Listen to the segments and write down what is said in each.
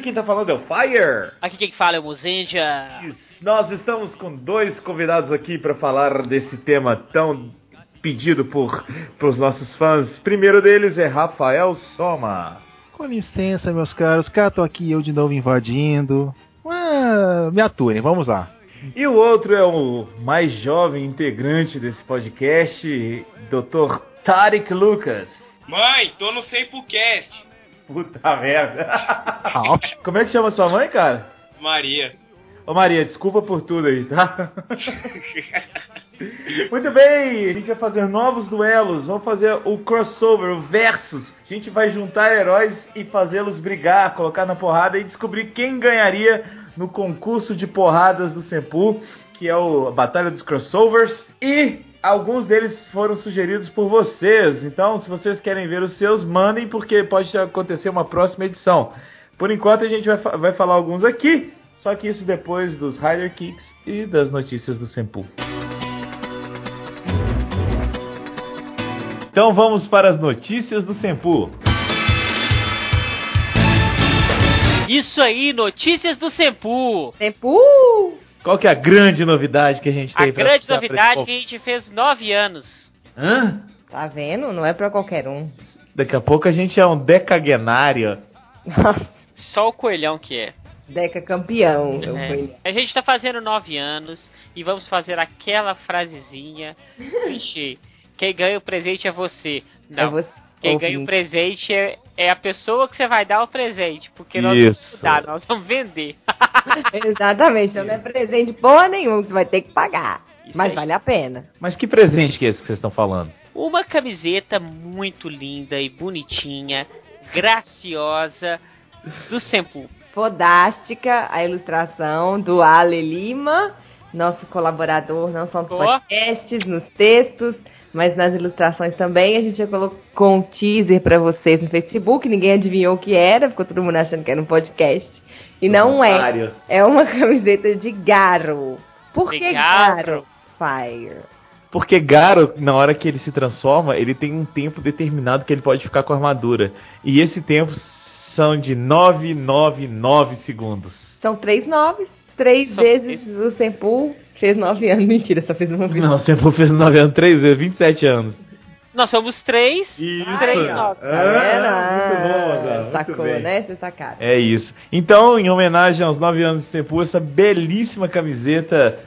quem tá falando é o Fire. Aqui quem fala é o Muzendia. Nós estamos com 2 convidados aqui para falar desse tema tão pedido pelos nossos fãs. Primeiro deles é Rafael Soma. Com licença, meus caros, cá tô aqui eu de novo invadindo. Me aturem, vamos lá. E o outro é o mais jovem integrante desse podcast, Dr. Tarek Lucas. Mãe, tô no Sempocast. Puta merda. Como é que chama sua mãe, cara? Maria. Ô Maria, desculpa por tudo aí, tá? Muito bem, a gente vai fazer novos duelos, vamos fazer o crossover, o versus. A gente vai juntar heróis e fazê-los brigar, colocar na porrada e descobrir quem ganharia no concurso de porradas do Senpu, que é a Batalha dos Crossovers. E alguns deles foram sugeridos por vocês, então se vocês querem ver os seus, mandem, porque pode acontecer uma próxima edição. Por enquanto a gente vai falar alguns aqui, só que isso depois dos Rider Kicks e das notícias do Senpu. Então vamos para as notícias do Senpu. Isso aí, notícias do Senpu. Senpu! Qual que é a grande novidade que a gente tem? A grande novidade é que a gente fez 9 anos. Hã? Tá vendo? Não é pra qualquer um. Daqui a pouco a gente é um decagenário. Só o coelhão que é. Deca campeão. A gente tá fazendo 9 anos e vamos fazer aquela frasezinha clichê. Quem ganha o presente é você. Não, é você. Quem ganha o presente é a pessoa que você vai dar o presente. Porque nós nós vamos vender. Exatamente, então não é presente porra nenhuma que você vai ter que pagar. Isso mas aí. Vale a pena. Mas que presente que é esse que vocês estão falando? Uma camiseta muito linda e bonitinha, graciosa, do Senpu. Fodástica, a ilustração do Ale Lima, nosso colaborador, não só nos podcasts, nos textos, mas nas ilustrações também. A gente já colocou um teaser pra vocês no Facebook, ninguém adivinhou o que era, ficou todo mundo achando que era um podcast. E não é. É uma camiseta de Garo. Por que Garo? Fire. Porque Garo, na hora que ele se transforma, ele tem um tempo determinado que ele pode ficar com a armadura. E esse tempo são de 999 segundos. São 3 9s. 3 vezes o Senpu fez 9 anos. Mentira, só fez uma vez. Não, o Senpu fez 9 anos 3 vezes, 27 anos. Nós somos 3. Isso. 3 9. Muito bom, Azar. Sacou, bem. né? Você sacaram. É isso. Então, em homenagem aos 9 anos do Senpu, essa belíssima camiseta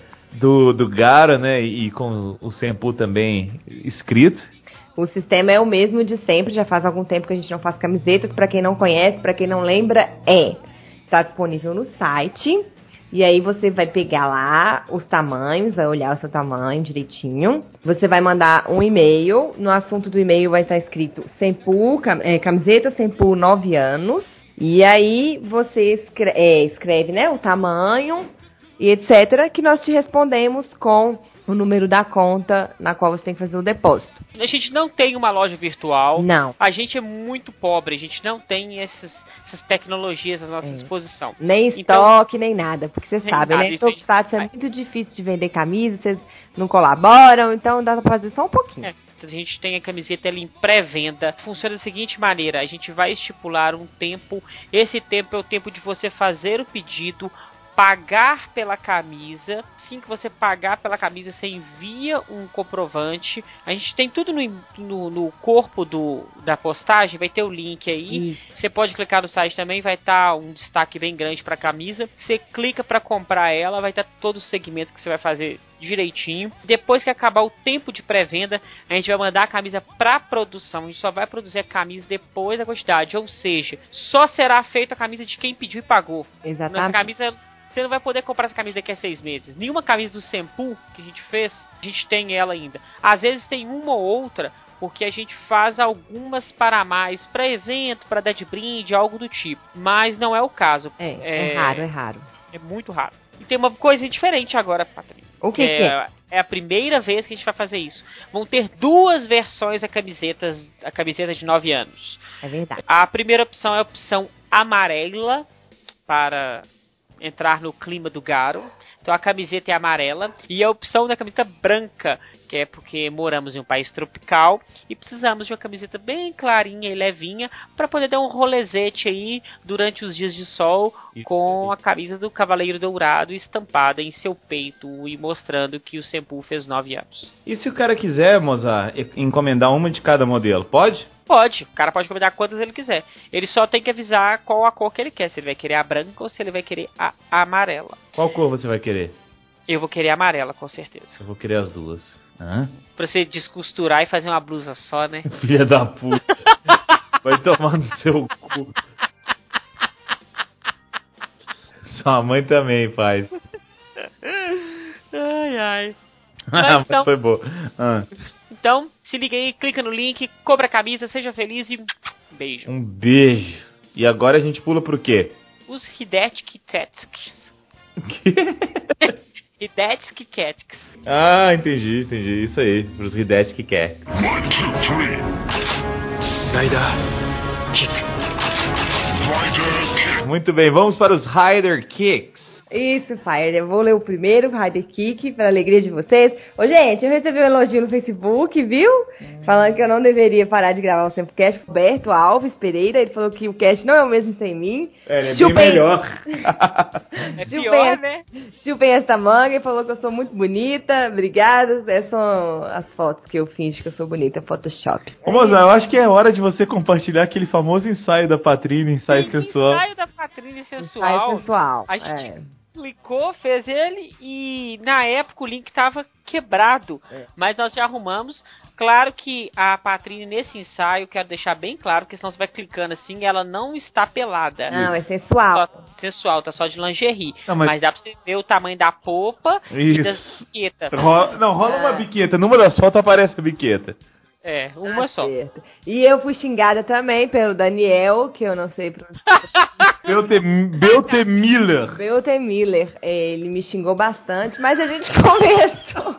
do Gara, né? E com o Senpu também escrito. O sistema é o mesmo de sempre, já faz algum tempo que a gente não faz camisetas. Pra quem não conhece, pra quem não lembra, está disponível no site. E aí você vai pegar lá os tamanhos, vai olhar o seu tamanho direitinho. Você vai mandar um e-mail. No assunto do e-mail vai estar escrito Senpu, camiseta Senpu 9 anos. E aí você escreve, né, o tamanho e etc. Que nós te respondemos com o número da conta na qual você tem que fazer o depósito. A gente não tem uma loja virtual. Não. A gente é muito pobre. A gente não tem essas tecnologias à nossa disposição. Nem estoque, nem nada. Porque você sabe, né? Em Tokusatsu é muito difícil de vender camisa. Vocês não colaboram. Então dá pra fazer só um pouquinho. A gente tem a camiseta em pré-venda. Funciona da seguinte maneira. A gente vai estipular um tempo. Esse tempo é o tempo de você fazer o pedido, pagar pela camisa. Assim que você pagar pela camisa, você envia um comprovante. A gente tem tudo no corpo da postagem, vai ter o link aí. Você pode clicar no site também, vai estar um destaque bem grande para a camisa. Você clica para comprar ela, vai estar todo o segmento que você vai fazer direitinho. Depois que acabar o tempo de pré-venda, a gente vai mandar a camisa para produção. A gente só vai produzir a camisa depois da quantidade, ou seja, só será feita a camisa de quem pediu e pagou. Exatamente. Nossa camisa, você não vai poder comprar essa camisa daqui a 6 meses. Nenhuma camisa do Senpu que a gente fez, a gente tem ela ainda. Às vezes tem uma ou outra, porque a gente faz algumas para mais, para evento, para dar de brinde, algo do tipo. Mas não é o caso. É raro. É muito raro. E tem uma coisa diferente agora, Patrícia. O que é? É a primeira vez que a gente vai fazer isso. Vão ter 2 versões a camiseta de 9 anos. É verdade. A primeira opção é a opção amarela, para entrar no clima do Garo. Então a camiseta é amarela e a opção da camiseta branca, que é porque moramos em um país tropical e precisamos de uma camiseta bem clarinha e levinha para poder dar um rolezete aí durante os dias de sol. Isso com aí. A camisa do Cavaleiro Dourado estampada em seu peito e mostrando que o Senpu fez 9 anos. E se o cara quiser, Mozart, encomendar uma de cada modelo, pode? Pode, o cara pode encomendar quantas ele quiser. Ele só tem que avisar qual a cor que ele quer, se ele vai querer a branca ou se ele vai querer a amarela. Qual cor você vai querer? Eu vou querer a amarela, com certeza. Eu vou querer as duas. Hã? Pra você descosturar e fazer uma blusa só, né? Filha da puta. Vai tomar no seu cu. Sua mãe também faz. Ai, ai. Mas então, foi boa. Então, se liga aí, clica no link, compra a camisa, seja feliz e beijo. Um beijo. E agora a gente pula pro quê? Os Hidetsuki Tetsks. Que? Hidetsuki Tetsks. Ah, entendi. Isso aí, pros Hidetsuki Tetsks. 1, 2, 3. Rider Kick. Muito bem, vamos para os Rider Kicks. Isso, Fire. Eu vou ler o primeiro, Rider Kick, para alegria de vocês. Ô, gente, eu recebi um elogio no Facebook, viu? Falando que eu não deveria parar de gravar o Sempocast. Roberto Alves Pereira, ele falou que o cast não é o mesmo sem mim. É bem melhor. É pior, né? Chupem essa manga e falou que eu sou muito bonita. Obrigada. Essas são as fotos que eu finjo que eu sou bonita. Photoshop. Ô, Mozart, eu acho que é hora de você compartilhar aquele famoso ensaio da Patrine, ensaio sensual. Ensaio da Patrine sensual. Ensaio sensual. A gente clicou, fez ele e na época o link tava quebrado, mas nós já arrumamos. Claro que a Patrine nesse ensaio, quero deixar bem claro, porque senão você vai clicando assim, ela não está pelada. Não, é sensual. Sensual, tá só de lingerie. Não, mas dá pra você ver o tamanho da polpa e das biquetas. Rola uma biqueta, numa das fotos aparece a biqueta. É, uma só. Certo. E eu fui xingada também pelo Daniel, que eu não sei pronunciar. Beltemiller. Beltemiller. Ele me xingou bastante, mas a gente conversou.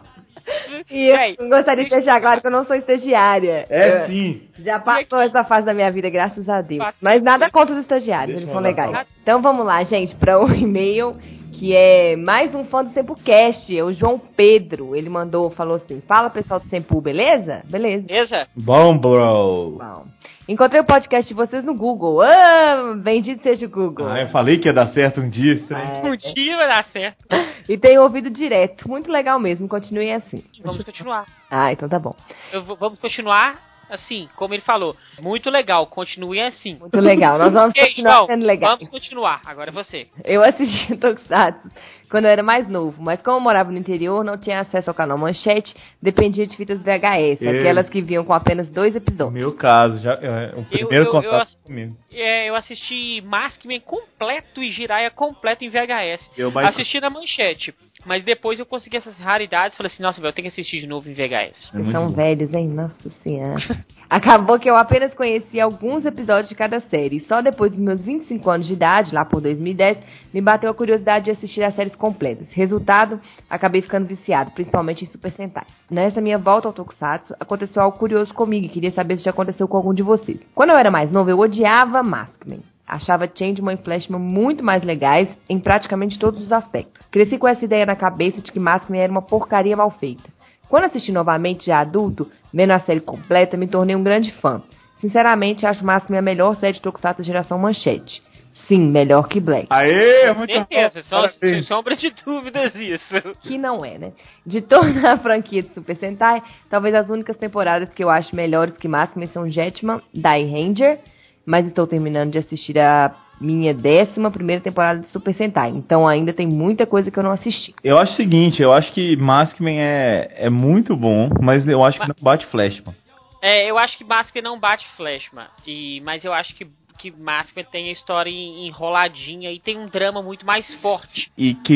E eu gostaria de deixar claro que eu não sou estagiária. Sim. Já passou essa fase da minha vida, graças a Deus. Mas nada contra os estagiários, eles são legais. Então vamos lá, gente, para o e-mail, que é mais um fã do Sempocast, é o João Pedro. Ele falou assim: fala pessoal do Sempu, beleza? Beleza. Bom, bro. Bom. Encontrei o podcast de vocês no Google. Bendito seja o Google. Eu falei que ia dar certo um dia. Um dia vai dar certo. E tenho ouvido direto. Muito legal mesmo. Continuem assim. Vamos continuar. Então tá bom. Vamos continuar assim, como ele falou. Muito legal. Continue assim. Muito legal. Nós vamos continuar sendo legais. Vamos continuar. Agora é você. Eu assisti Tokusatsu quando eu era mais novo, mas como eu morava no interior, não tinha acesso ao canal Manchete, dependia de fitas VHS, aquelas que vinham com apenas 2 episódios. No meu caso, o primeiro contato comigo. Eu assisti Maskman completo e Jiraiya completo em VHS. Assisti na Manchete, mas depois eu consegui essas raridades, falei assim, nossa, velho, eu tenho que assistir de novo em VHS. Vocês são velhos, hein? Nossa Senhora. Acabou que eu apenas conheci alguns episódios de cada série. Só depois dos meus 25 anos de idade, lá por 2010, me bateu a curiosidade de assistir as séries completas. Resultado, acabei ficando viciado, principalmente em Super Sentai. Nessa minha volta ao Tokusatsu, aconteceu algo curioso comigo e queria saber se já aconteceu com algum de vocês. Quando eu era mais novo, eu odiava Maskman. Achava Changeman e Flashman muito mais legais em praticamente todos os aspectos. Cresci com essa ideia na cabeça de que Maskman era uma porcaria mal feita. Quando assisti novamente já adulto, vendo a série completa, me tornei um grande fã. Sinceramente, acho Maskman a melhor série de Tokusatsu da geração Manchete. Sim, melhor que Black. Aê, muito bom. Sem sombra de dúvidas isso. Que não é, né? De toda a franquia de Super Sentai, talvez as únicas temporadas que eu acho melhores que Maskman são Jetman, Dai Ranger, mas estou terminando de assistir a minha 11ª temporada de Super Sentai, então ainda tem muita coisa que eu não assisti. Eu acho o seguinte, eu acho que Maskman é muito bom, mas eu acho que não bate Flashman. Eu acho que Maskman não bate Flashman, mas eu acho que Maskman tem a história enroladinha e tem um drama muito mais forte.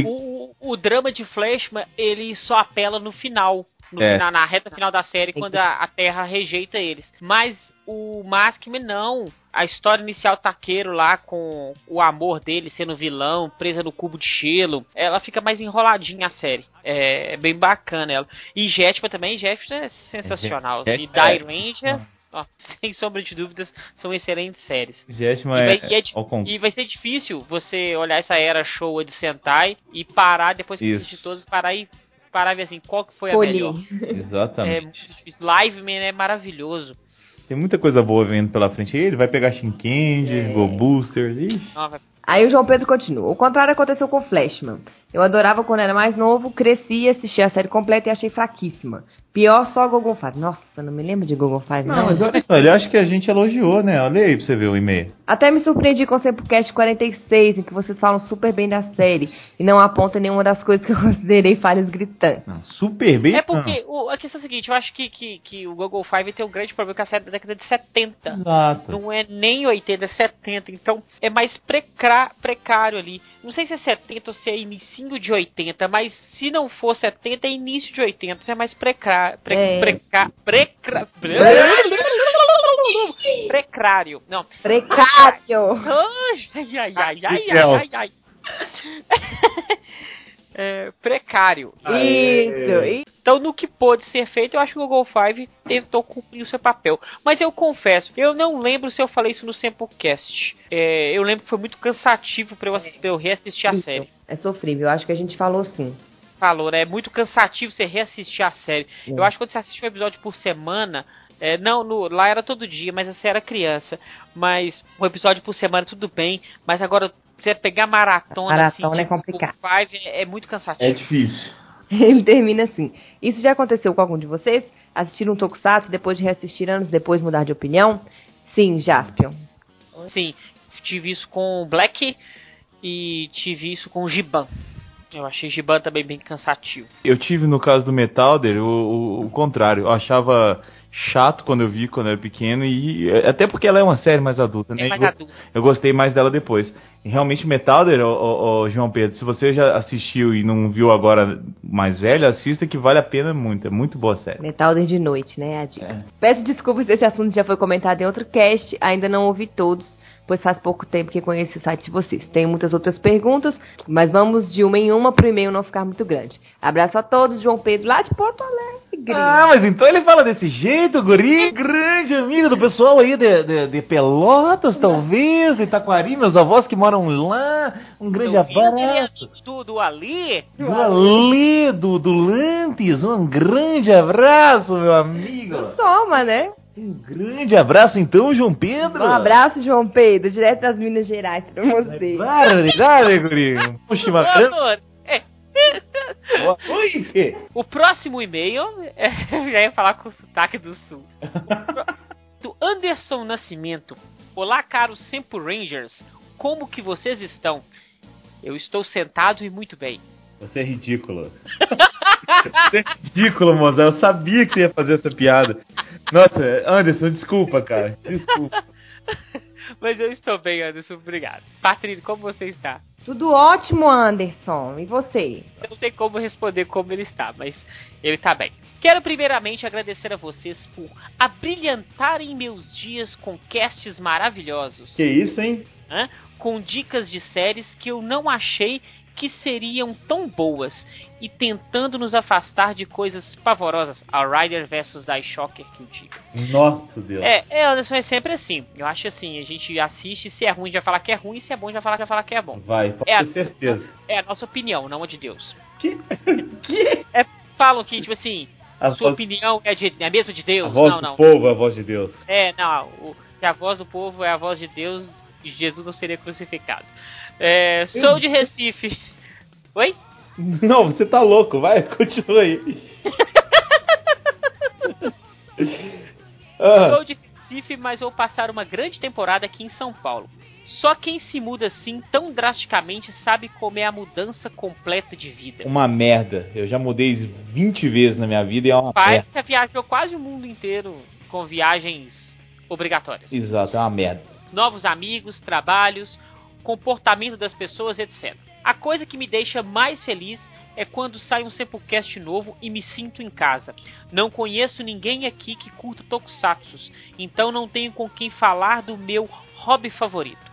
O drama de Flashman, ele só apela no final. Na reta final da série, quando a Terra rejeita eles. Mas o Maskman não. A história inicial taqueiro lá, com o amor dele sendo vilão, presa no cubo de gelo, ela fica mais enroladinha a série. É bem bacana ela. E Jetman também, Jetman é sensacional. E Dai Ranger Ó, sem sombra de dúvidas, são excelentes séries. Jetman E vai ser difícil você olhar essa era Showa de Sentai e parar, depois que assistir todos, parar e ver assim, qual que foi a melhor. Exatamente. É muito difícil. Liveman é maravilhoso. Tem muita coisa boa vindo pela frente. Ele vai pegar Shinkendi, Go Booster. Aí o João Pedro continua. O contrário aconteceu com Flashman. Eu adorava quando era mais novo, cresci, assisti a série completa e achei fraquíssima. Pior só Gogon 5. Nossa, não me lembro de Gogon 5. Não, mas olha só, eu acho que a gente elogiou, né? Olha aí pra você ver o e-mail. Até me surpreendi com o Sempocast 46, em que vocês falam super bem da série e não apontam nenhuma das coisas que eu considerei falhas gritantes. Não, super bem? É porque a questão é a seguinte, eu acho que o Gogon 5 tem um grande problema com a série da década de 70. Exato. Não é nem 80, é 70. Então é mais precário ali. Não sei se é 70 ou se é início de 80, mas se não for 70 é início de 80. É mais precário. Precário. Não. Precário. Ai. Precário. Isso. Então, no que pôde ser feito, eu acho que o Google 5 tentou cumprir o seu papel. Mas eu confesso, eu não lembro se eu falei isso no Samplecast. Eu lembro que foi muito cansativo pra eu reassistir a série. É sofrível, eu acho que a gente falou sim. Falou, né? É muito cansativo você reassistir a série. Eu acho que quando você assiste um episódio por semana... lá era todo dia, mas você era criança. Mas um episódio por semana tudo bem. Mas agora você pegar maratona assim, é complicado. É muito cansativo. É difícil. Ele termina assim. Isso já aconteceu com algum de vocês? Assistir um Tokusatsu depois de reassistir anos depois mudar de opinião? Sim, Jaspion. Sim, tive isso com Black e tive isso com Giban. Eu achei Giban também bem cansativo. Eu tive no caso do Metalder o contrário. Eu achava chato quando eu era pequeno e até porque ela é uma série mais adulta, né? Eu gostei mais dela depois. E realmente Metalder, João Pedro, se você já assistiu e não viu agora mais velho, assista que vale a pena muito. É muito boa série. Metalder de noite, né? A dica. Peço desculpas se esse assunto já foi comentado em outro cast, ainda não ouvi todos, pois faz pouco tempo que conheci o site de vocês. Tenho muitas outras perguntas, mas vamos de uma em uma pro e-mail não ficar muito grande. Abraço a todos, João Pedro, lá de Porto Alegre. Ah, mas então ele fala desse jeito, guri, grande amigo do pessoal aí de Pelotas, talvez, de Itaquari, meus avós que moram lá, um grande abraço. Do Ali? Do Lantes, um grande abraço, meu amigo. Soma, né? Um grande abraço então, João Pedro. Um abraço, João Pedro, direto das Minas Gerais pra você. Verdade, guri. Puxa, Oi, o próximo e-mail, eu já ia falar com o sotaque do sul. Do Anderson Nascimento. Olá, caros Sempo Rangers. Como que vocês estão? Eu estou sentado e muito bem. Você é ridículo. Você é ridículo, moça. Eu sabia que você ia fazer essa piada. Nossa, Anderson, desculpa, cara. Desculpa. Mas eu estou bem, Anderson. Obrigado. Patrícia, como você está? Tudo ótimo, Anderson. E você? Eu não sei como responder como ele está, mas ele está bem. Quero primeiramente agradecer a vocês por abrilhantarem meus dias com casts maravilhosos. Que isso, hein? Com dicas de séries que eu não achei que seriam tão boas e tentando nos afastar de coisas pavorosas. A Rider vs Daishocker que eu digo. Nossa, Deus. Anderson, é sempre assim. Eu acho assim, a gente assiste, se é ruim já falar que é ruim, se é bom já falar que é bom. Vai, pode ter certeza. É a nossa opinião, não a de Deus. Que? Falam que, tipo assim, sua opinião é a mesma de Deus. A voz do povo é a voz de Deus. Se a voz do povo é a voz de Deus, Jesus não seria crucificado. Sou de Recife. Oi? Não, você tá louco, vai, continua aí. Sou de Recife, mas vou passar uma grande temporada aqui em São Paulo. Só quem se muda assim tão drasticamente sabe como é a mudança completa de vida. Uma merda. Eu já mudei 20 vezes na minha vida e é uma merda. Já viajou quase o mundo inteiro com viagens obrigatórias. Exato, é uma merda. Novos amigos, trabalhos, comportamento das pessoas, etc. A coisa que me deixa mais feliz é quando sai um Samplecast novo e me sinto em casa. Não conheço ninguém aqui que curta tokusatsus, então não tenho com quem falar do meu hobby favorito.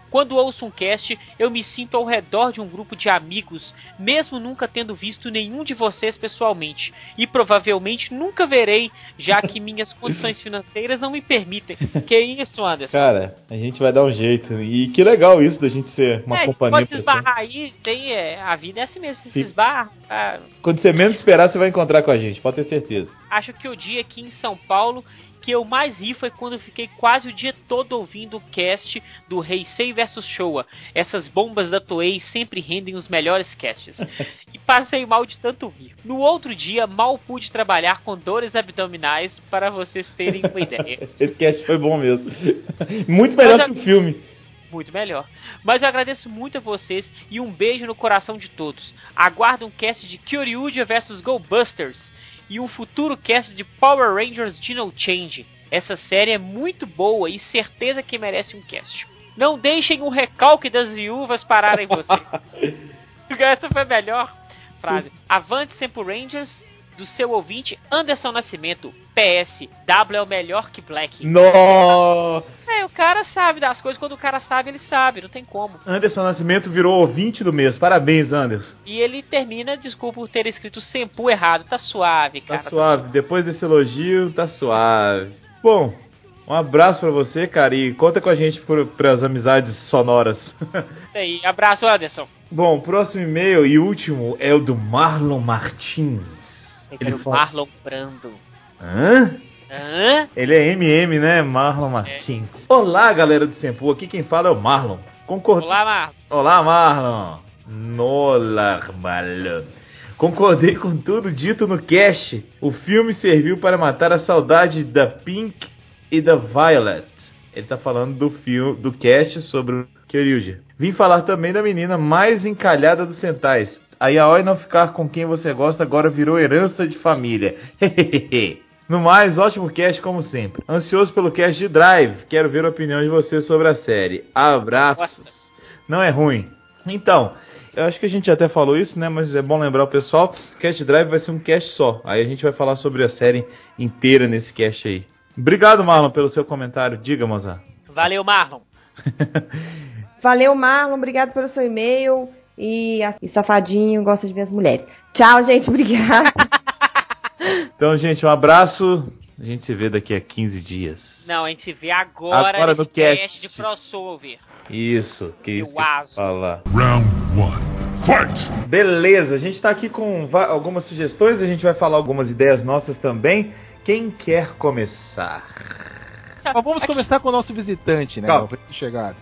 Quando ouço um cast, eu me sinto ao redor de um grupo de amigos, mesmo nunca tendo visto nenhum de vocês pessoalmente. E provavelmente nunca verei, já que minhas condições financeiras não me permitem. Que isso, Anderson? Cara, a gente vai dar um jeito. E que legal isso da gente ser uma companhia. Pode se esbarrar aí, a vida é assim mesmo, se esbarra. Quando você menos esperar, você vai encontrar com a gente, pode ter certeza. Acho que o dia aqui em São Paulo que eu mais ri foi quando eu fiquei quase o dia todo ouvindo o cast do Heisei vs Showa. Essas bombas da Toei sempre rendem os melhores casts. E passei mal de tanto rir. No outro dia, mal pude trabalhar com dores abdominais, para vocês terem uma ideia. Esse cast foi bom mesmo. Muito melhor que o filme. Muito melhor. Mas eu agradeço muito a vocês e um beijo no coração de todos. Aguardo um cast de Kyoryuja vs Go Busters e um futuro cast de Power Rangers Dino Change. Essa série é muito boa e certeza que merece um cast. Não deixem o recalque das viúvas pararem você. Essa foi a melhor frase. Avante sempre Rangers, do seu ouvinte Anderson Nascimento. PS, W é o melhor que Black. Nossa! O cara sabe das coisas, quando o cara sabe, ele sabe, não tem como. Anderson Nascimento virou ouvinte do mês, parabéns, Anderson. E ele termina, desculpa por ter escrito Senpu errado, tá suave, cara. Tá suave, depois desse elogio, tá suave. Bom, um abraço pra você, cara, e conta com a gente pras amizades sonoras. Isso aí, abraço, Anderson. Bom, o próximo e-mail e último é o do Marlon Martins. Ele fala... Marlon Brando. Hã? Hã? Ele é MM, né? Marlon Martins. Olá, galera do Senpu. Aqui quem fala é o Marlon. Olá, Marlon. Olá, Marlon. Olá, Marlon. Concordei com tudo dito no cast. O filme serviu para matar a saudade da Pink e da Violet. Ele tá falando do filme, do cast sobre o Kyoryuja. Vim falar também da menina mais encalhada dos Sentais. A Yaoi não ficar com quem você gosta agora virou herança de família. No mais, ótimo cast como sempre. Ansioso pelo cast de Drive. Quero ver a opinião de vocês sobre a série. Abraços. Nossa. Não é ruim. Então, eu acho que a gente até falou isso, né? Mas é bom lembrar o pessoal. O cast Drive vai ser um cast só. Aí a gente vai falar sobre a série inteira nesse cast aí. Obrigado, Marlon, pelo seu comentário. Diga, Mozart. Valeu, Marlon. Valeu, Marlon. Obrigado pelo seu e-mail. E safadinho gosta de ver as mulheres. Tchau, gente. Obrigada. Então, gente, um abraço. A gente se vê daqui a 15 dias. Não, a gente se vê agora no cast de crossover. Isso, que isso que eu falar. Round 1. Fight! Beleza, a gente tá aqui com algumas sugestões, a gente vai falar algumas ideias nossas também. Quem quer começar? Mas vamos começar com o nosso visitante, né? Calma. Eu?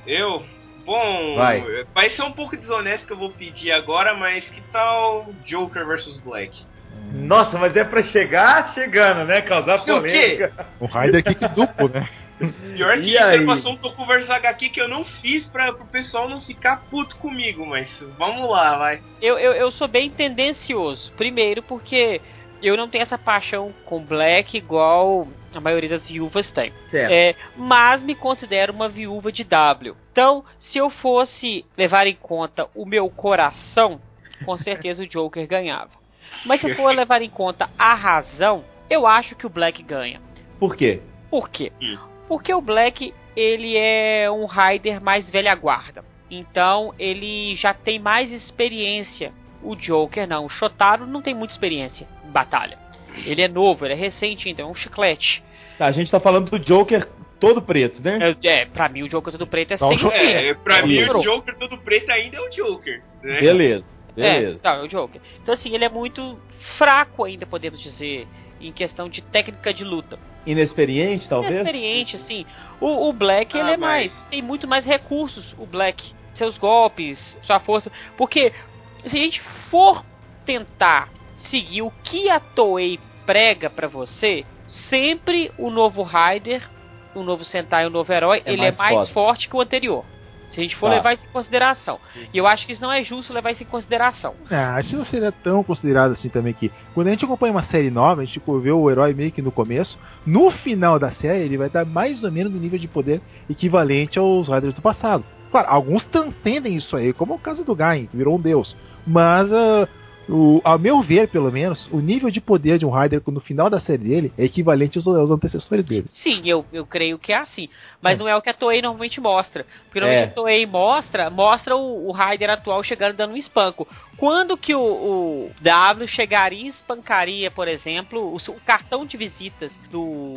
Bom, vai ser um pouco desonesto que eu vou pedir agora, mas que tal Joker vs Black? Nossa, mas é pra chegar chegando, né? Causar polêmica. O Raider kick duplo, né? Pior que isso, ele passou um Toku vs HQ que eu não fiz pro pessoal não ficar puto comigo, mas vamos lá, vai. Eu sou bem tendencioso. Primeiro porque eu não tenho essa paixão com Black igual a maioria das viúvas tem. Mas me considero uma viúva de W. Então, se eu fosse levar em conta o meu coração, com certeza o Joker ganhava. Mas se eu for levar em conta a razão, eu acho que o Black ganha. Por quê? Por quê? Porque o Black, ele é um Rider mais velha guarda. Então, ele já tem mais experiência. O Joker não. O Shotaro não tem muita experiência em batalha. Ele é novo, ele é recente, então é um chiclete. Tá, a gente tá falando do Joker todo preto, né? Pra mim o Joker todo preto é sem pra mim o Joker todo preto ainda é o Joker, né? Beleza. É o Joker. Então assim, ele é muito fraco ainda, podemos dizer, em questão de técnica de luta. Inexperiente, talvez? Inexperiente, assim. O Black, ele é tem muito mais recursos, o Black. Seus golpes, sua força. Porque se a gente for tentar seguir o que a Toei prega pra você, sempre o novo Rider, o novo Sentai, o novo herói, ele é mais forte que o anterior. Se a gente for levar isso em consideração. E eu acho que isso não é justo levar isso em consideração. Acho que não seria tão considerado assim também que quando a gente acompanha uma série nova, a gente vê o herói meio que no começo, no final da série ele vai estar mais ou menos no nível de poder equivalente aos Riders do passado. Claro, alguns transcendem isso aí, como o caso do Gain, que virou um deus. Mas Ao meu ver, pelo menos, o nível de poder de um Rider no final da série dele é equivalente aos antecessores dele. Sim, eu creio que é assim. Mas não é o que a Toei normalmente mostra. Porque normalmente a Toei mostra o Rider atual chegando dando um espanco. Quando que o W chegaria e espancaria, por exemplo, o cartão de visitas do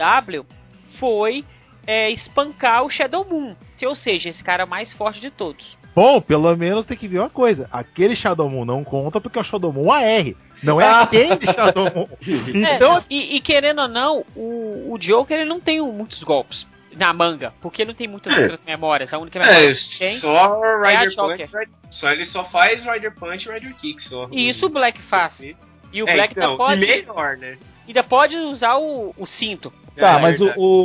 W foi espancar o Shadow Moon. Ou seja, esse cara mais forte de todos. Bom, pelo menos tem que ver uma coisa. Aquele Shadow Moon não conta porque é o Shadow Moon AR. Não é aquele Shadow Moon. Então... E querendo ou não, o Joker ele não tem muitos golpes na manga. Porque ele não tem muitas outras memórias. A única memória que tem só é a Rider Joker. Punch. Ele só faz Rider Punch e Rider Kick. Só. E isso o Black faz. E o Black então, ainda pode... melhor, né? Ainda pode usar o cinto. Tá, mas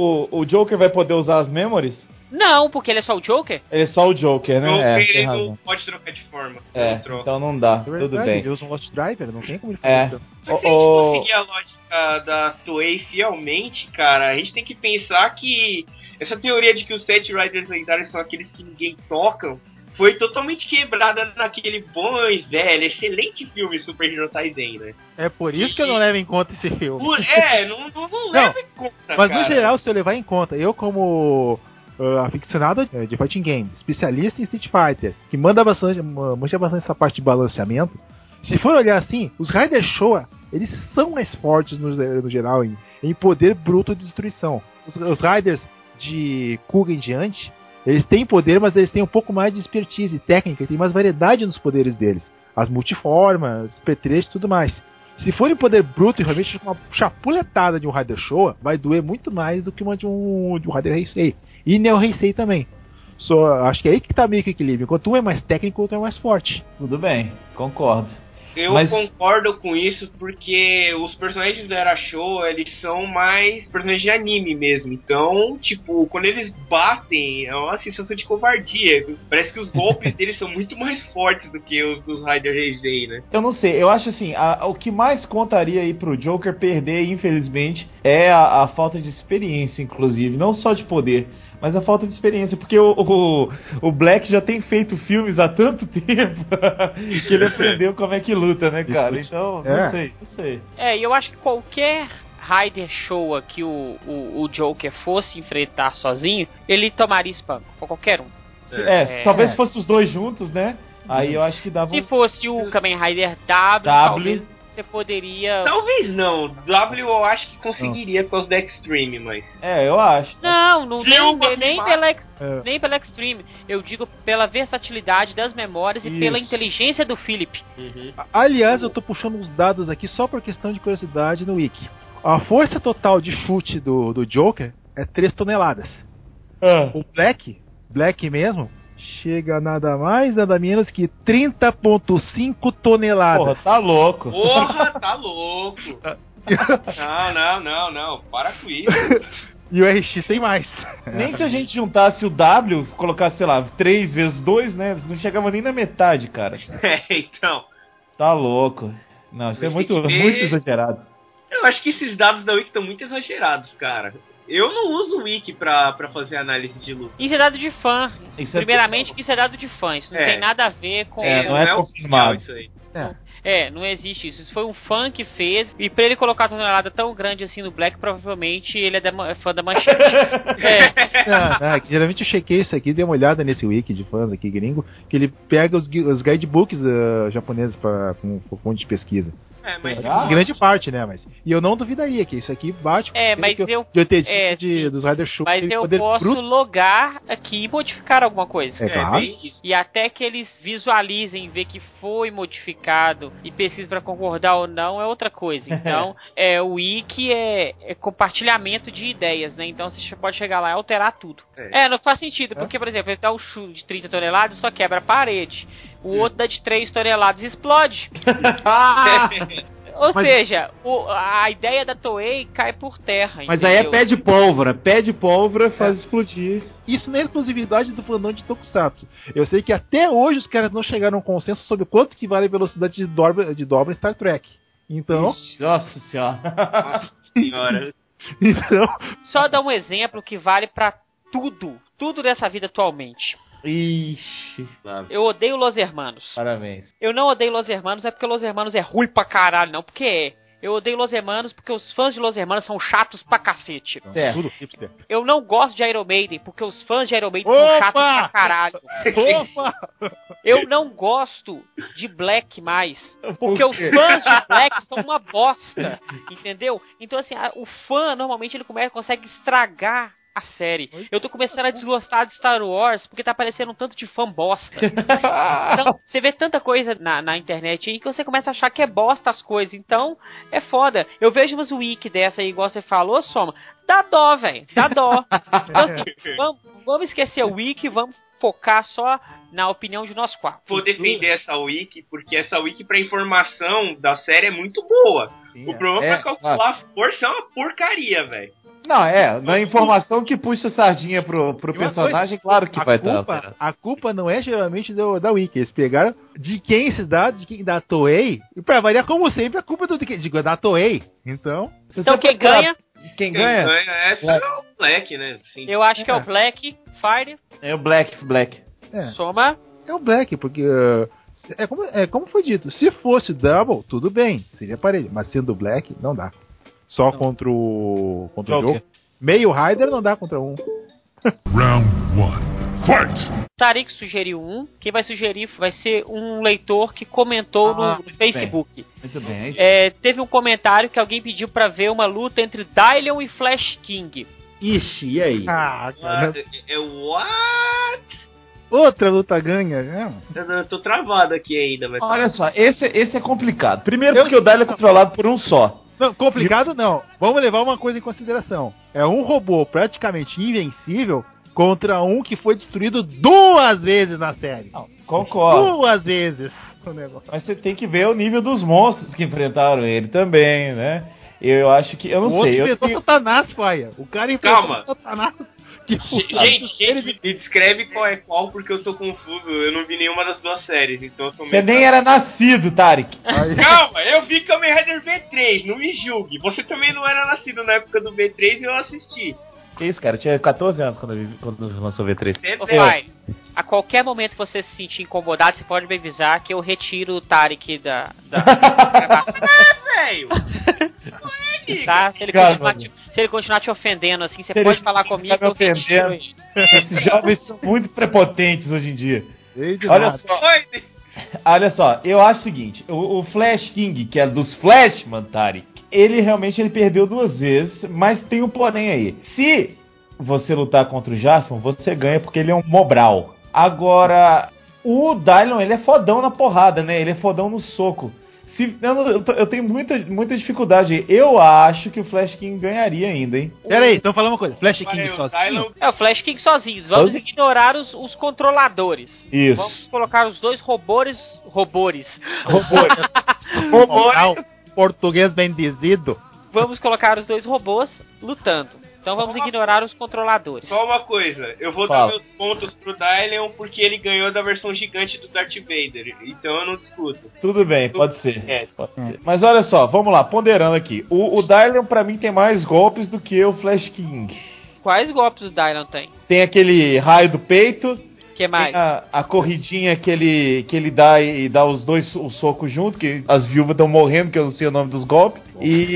o Joker vai poder usar as memories? Não, porque ele é só o Joker? Ele é só o Joker, né? Ele não pode trocar de forma. Então não dá. Tudo bem. Ele usa um Lost Driver, não tem como ele fazer. Só que se a gente conseguir a lógica da Toei fielmente, cara, a gente tem que pensar que essa teoria de que os 7 Riders lendários são aqueles que ninguém toca foi totalmente quebrada naquele bom e velho, excelente filme Super Hero Taisen, né? É por isso que eu não levo em conta esse filme. Não levo em conta, mas cara. No geral, se eu levar em conta, eu como... aficionado de fighting game, especialista em Street Fighter, que manja bastante essa parte de balanceamento. Se for olhar assim, os Rider Showa, eles são mais fortes no geral em poder bruto de destruição. Os Riders de Kuga em diante, eles têm poder, mas eles têm um pouco mais de expertise e técnica, tem mais variedade nos poderes deles. As multiformas, petrechos e tudo mais. Se for em poder bruto e realmente uma chapuletada de um Rider Showa, vai doer muito mais do que uma de um Rider Heisei. E Neo Heisei também. Acho que é aí que tá meio que equilíbrio. Enquanto um é mais técnico, o outro é mais forte. Tudo bem, concordo. Eu concordo com isso porque os personagens da Era Show, eles são mais personagens de anime mesmo. Então, tipo, quando eles batem, é uma sensação de covardia. Parece que os golpes deles são muito mais fortes do que os dos Rider Heisei, né? Eu não sei, eu acho assim, o que mais contaria aí pro Joker perder, infelizmente, é a falta de experiência, inclusive. Não só de poder, mas a falta de experiência. Porque o Black já tem feito filmes há tanto tempo que ele aprendeu como é que luta, né, cara? Então, não sei. E eu acho que qualquer Rider Showa que o Joker fosse enfrentar sozinho, ele tomaria espanco, por qualquer um. Talvez fosse os dois juntos, né? Aí eu acho que dava Se fosse o Kamen Rider W, talvez você poderia... Talvez não. W eu acho que conseguiria com os da Extreme, mas... eu acho. Não nem pela Extreme. Eu digo pela versatilidade das memórias e pela inteligência do Philip. Aliás, eu tô puxando uns dados aqui só por questão de curiosidade no Wiki. A força total de chute do Joker é 3 toneladas. O Black mesmo, chega a nada mais, nada menos que 30,5 toneladas. Porra, tá louco. Não. Para com isso. E o RX tem mais. Nem se a gente juntasse o W, colocasse, sei lá, 3 vezes 2, né? Não chegava nem na metade, cara. Então. Tá louco. Não, isso é muito exagerado. Eu acho que esses dados da Wiki estão muito exagerados, cara. Eu não uso o Wiki pra fazer análise de luta. Isso é dado de fã. Primeiramente, que isso é dado de fã. Isso não tem nada a ver com... não é confirmado. Isso aí. Não existe isso. Isso foi um fã que fez. E pra ele colocar uma tonelada tão grande assim no Black, provavelmente ele é fã da Manchete. Geralmente eu chequei isso aqui, dei uma olhada nesse wiki de fãs aqui gringo, que ele pega os guidebooks japoneses com fonte de pesquisa. Grande parte, né? E eu não duvidaria que isso aqui bate dos Rider Show. Mas eu posso logar aqui e modificar alguma coisa. Claro. E até que eles visualizem, ver que foi modificado e pesquisem pra concordar ou não é outra coisa. Então, o wiki é compartilhamento de ideias, né? Então você pode chegar lá e alterar tudo. Não faz sentido, porque, por exemplo, ele dá um chute de 30 toneladas e só quebra a parede. O outro dá de 3 toneladas e explode. Ou seja, a ideia da Toei cai por terra. Mas entendeu? aí é pé de pólvora faz explodir. Isso não é exclusividade do fandom de Tokusatsu. Eu sei que até hoje os caras não chegaram a um consenso sobre quanto que vale a velocidade de dobra em Star Trek. Então... Nossa senhora. Então... Só dar um exemplo que vale pra tudo dessa vida atualmente. Ixi, Eu odeio Los Hermanos. parabéns. Eu não odeio Los Hermanos é porque Los Hermanos é ruim pra caralho, não. Porque é. Eu odeio Los Hermanos porque os fãs de Los Hermanos são chatos pra cacete. Certo. Tudo hipster. Eu não gosto de Iron Maiden porque os fãs de Iron Maiden são chatos pra caralho. Opa! Eu não gosto de Black mais porque os fãs de Black são uma bosta, entendeu? Então assim, o fã normalmente ele consegue estragar a série. Eu tô começando a desgostar de Star Wars porque tá aparecendo um tanto de fã bosta. Então, você vê tanta coisa na internet aí que você começa a achar que é bosta as coisas. Então, é foda. Eu vejo umas wiki dessa aí, igual você falou, Soma. Dá dó, velho. Dá dó. Então, assim, vamos esquecer o wiki, vamos focar só na opinião de nós quatro. Vou defender essa wiki, porque essa wiki pra informação da série é muito boa. Sim, o problema é pra calcular a força é uma porcaria, velho. Não, na informação que puxa a sardinha pro personagem, claro que vai estar. A culpa não é geralmente da Wiki. Eles pegaram de quem esses dados, da Toei, e pra variar, como sempre, a culpa é da Toei. Então Quem ganha? Quem ganha? É o Black, né? Sim. Eu acho que é o Black, Fire. É o Black. Soma. É o Black, porque como foi dito, se fosse Double, tudo bem, seria parelho, mas sendo Black, não dá. Só contra o jogo. Meio Rider não dá contra um. Round 1. Fight! Tarik sugeriu um. Quem vai sugerir vai ser um leitor que comentou no Facebook. Muito bem. Teve um comentário que alguém pediu pra ver uma luta entre Dylion e Flash King. Ixi, e aí? Cara. What? Outra luta ganha. Eu tô travado aqui ainda, mas... Olha só, esse é complicado. Primeiro porque o Dylion é controlado por um só. Não, complicado não. Vamos levar uma coisa em consideração. É um robô praticamente invencível contra um que foi destruído 2 vezes na série. Não, concordo. 2 vezes o negócio. Mas você tem que ver o nível dos monstros que enfrentaram ele também, né? Eu acho que... Eu não sei. O outro Satanás, Faia. O cara enfrentou o Satanás. Gente, me descreve qual é qual, porque eu tô confuso. Eu não vi nenhuma das duas séries, então eu tô meio... Você nem era nascido, Tarik. Calma, eu vi Kamen Rider V3, não me julgue. Você também não era nascido na época do V3 e eu assisti. Que isso, cara? Eu tinha 14 anos quando lançou o V3. Ô, pai, a qualquer momento que você se sentir incomodado, você pode me avisar que eu retiro o Tarik da gravação. Velho! Tá? Se ele continuar te ofendendo assim, você pode falar comigo que eu retiro ele. Esses jovens são muito prepotentes hoje em dia. Olha Olha só, eu acho o seguinte, o Flash King, que é dos Flashman, Tarik, ele realmente perdeu 2 vezes, mas tem um porém aí. Se você lutar contra o Jaspion, você ganha porque ele é um Mobral. Agora, o Dylion, ele é fodão na porrada, né? Ele é fodão no soco. Eu tenho muita dificuldade. Eu acho que o Flash King ganharia ainda, hein? Pera aí, então falando uma coisa. Flash King sozinho? É o Flash King sozinho. Vamos ignorar os controladores. Isso. Vamos colocar os dois robôs. Português bem dizido. Vamos colocar os dois robôs lutando. Então vamos ignorar os controladores. Só uma coisa, eu vou dar meus pontos pro Dylion porque ele ganhou da versão gigante do Darth Vader, então eu não discuto. Tudo bem, pode ser. Pode ser. Mas olha só, vamos lá, ponderando aqui. O Dylion pra mim tem mais golpes do que o Flash King. Quais golpes o Dylion tem? Tem aquele raio do peito. Que mais? Tem a corridinha que ele dá e dá os dois o soco junto, que as viúvas estão morrendo, que eu não sei o nome dos golpes. E...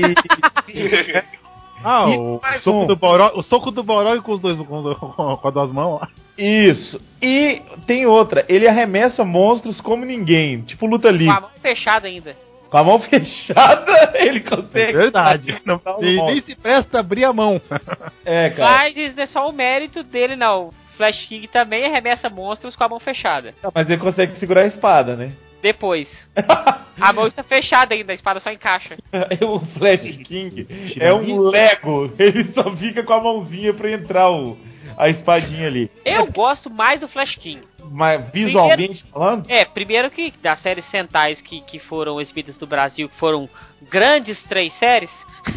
o soco do Balrog com com as 2 mãos. Isso. E tem outra, ele arremessa monstros como ninguém, tipo luta livre. Com a mão fechada ainda. Com a mão fechada, ele consegue. É verdade. Nem se presta a abrir a mão. É, cara. Mas isso não é só o mérito dele, não. Flash King também arremessa monstros com a mão fechada. Mas ele consegue segurar a espada, né? Depois. A mão está fechada ainda, a espada só encaixa. O Flash King é um Lego. Ele só fica com a mãozinha pra entrar a espadinha ali. Eu gosto mais do Flash King. Mas visualmente falando? Primeiro que das séries Sentais que foram exibidas no Brasil, que foram grandes 3 séries,